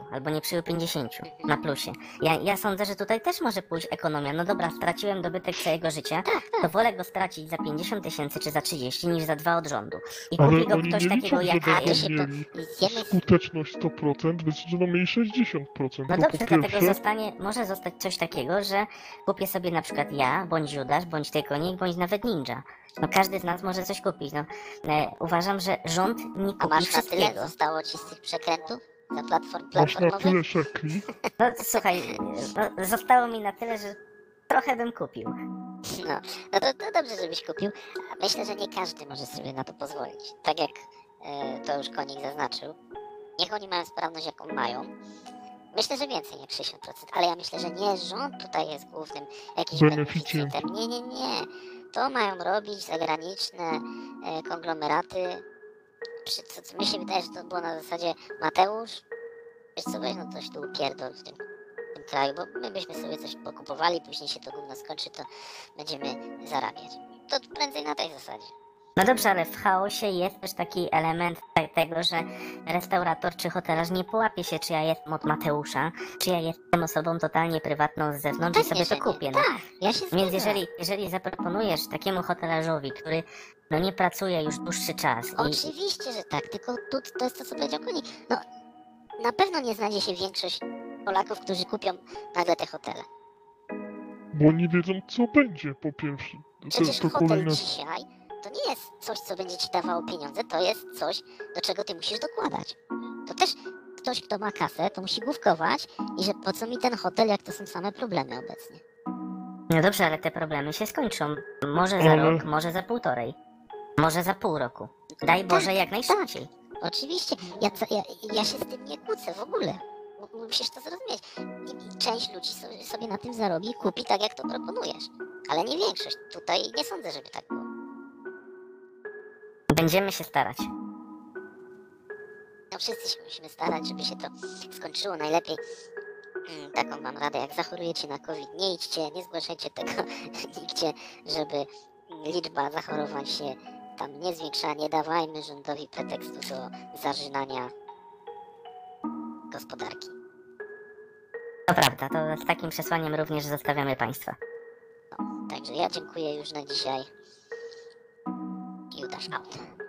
albo nie przyjął pięćdziesięciu na plusie. Ja, ja sądzę, że tutaj też może pójść ekonomia. No dobra, straciłem dobytek całego życia, to wolę go stracić za pięćdziesiąt tysięcy czy za trzydzieści niż za dwa od rządu. I Ale kupi go oni ktoś nie takiego liczą, jak że ja. będą się to- mieli z jednej- skuteczność sto procent, wystarczy, że będą mieli sześćdziesiąt procent. No To dobrze, po dlatego pierwsze. zostanie, może zostać coś takiego, że kupię sobie na przykład ja, bądź Judasz, bądź Tykonik, bądź nawet Ninja. No każdy z nas może coś kupić. No, e, uważam, że rząd nie A kupi masz na tyle? wszystkiego. Zostało ci z tych przekrętów za platform Masz na platformowych? tyle szekli. No słuchaj, no, zostało mi na tyle, że trochę bym kupił. No, no to, to dobrze, żebyś kupił. A myślę, że nie każdy może sobie na to pozwolić. Tak jak e, to już Konik zaznaczył. Niech oni mają sprawność, jaką mają. Myślę, że więcej niż sześćdziesiąt procent, ale ja myślę, że nie rząd tutaj jest głównym jakimś Beneficjentem. beneficjentem. Nie, nie, nie. To mają robić zagraniczne e, konglomeraty. Przy, co, co mi się wydaje, że to było na zasadzie Mateusz, wiesz co, weź no coś tu upierdol w tym, w tym kraju, bo my byśmy sobie coś pokupowali, później się to gówno skończy, to będziemy zarabiać. To prędzej na tej zasadzie. No dobrze, ale w chaosie jest też taki element te- tego, że restaurator czy hotelarz nie połapie się, czy ja jestem od Mateusza, czy ja jestem osobą totalnie prywatną z zewnątrz i Pewnie, sobie to że nie. kupię. No. Tak, ja się Więc zgadzam. jeżeli, jeżeli zaproponujesz takiemu hotelarzowi, który no nie pracuje już dłuższy czas i Oczywiście, że tak, tylko tu to jest to, co powiedział Konik. No, na pewno nie znajdzie się większość Polaków, którzy kupią nagle te hotele. Bo nie wiedzą, co będzie, po pierwsze. To, Przecież to hotel kolejna... dzisiaj to nie jest coś, co będzie ci dawało pieniądze, to jest coś, do czego ty musisz dokładać. To też ktoś, kto ma kasę, to musi główkować i że po co mi ten hotel, jak to są same problemy obecnie. no dobrze, ale te problemy się skończą. Może za Ale- rok, może za półtorej, może za pół roku. Daj Boże jak najszybciej. Oczywiście, ja, co- ja, ja się z tym nie kłócę w ogóle. M- Musisz to zrozumieć. I, i część ludzi sobie, sobie na tym zarobi i kupi tak, jak to proponujesz. Ale nie większość. Tutaj nie sądzę, żeby tak było. Będziemy się starać. No wszyscy się musimy starać, żeby się to skończyło najlepiej. Mm, Taką mam radę, jak zachorujecie na COVID, nie idźcie, nie zgłaszajcie tego nigdzie, żeby liczba zachorowań się tam nie zwiększała. Nie dawajmy rządowi pretekstu do zarzynania gospodarki. To prawda, to z takim przesłaniem również zostawiamy Państwa. Także ja dziękuję już na dzisiaj. Judasz out.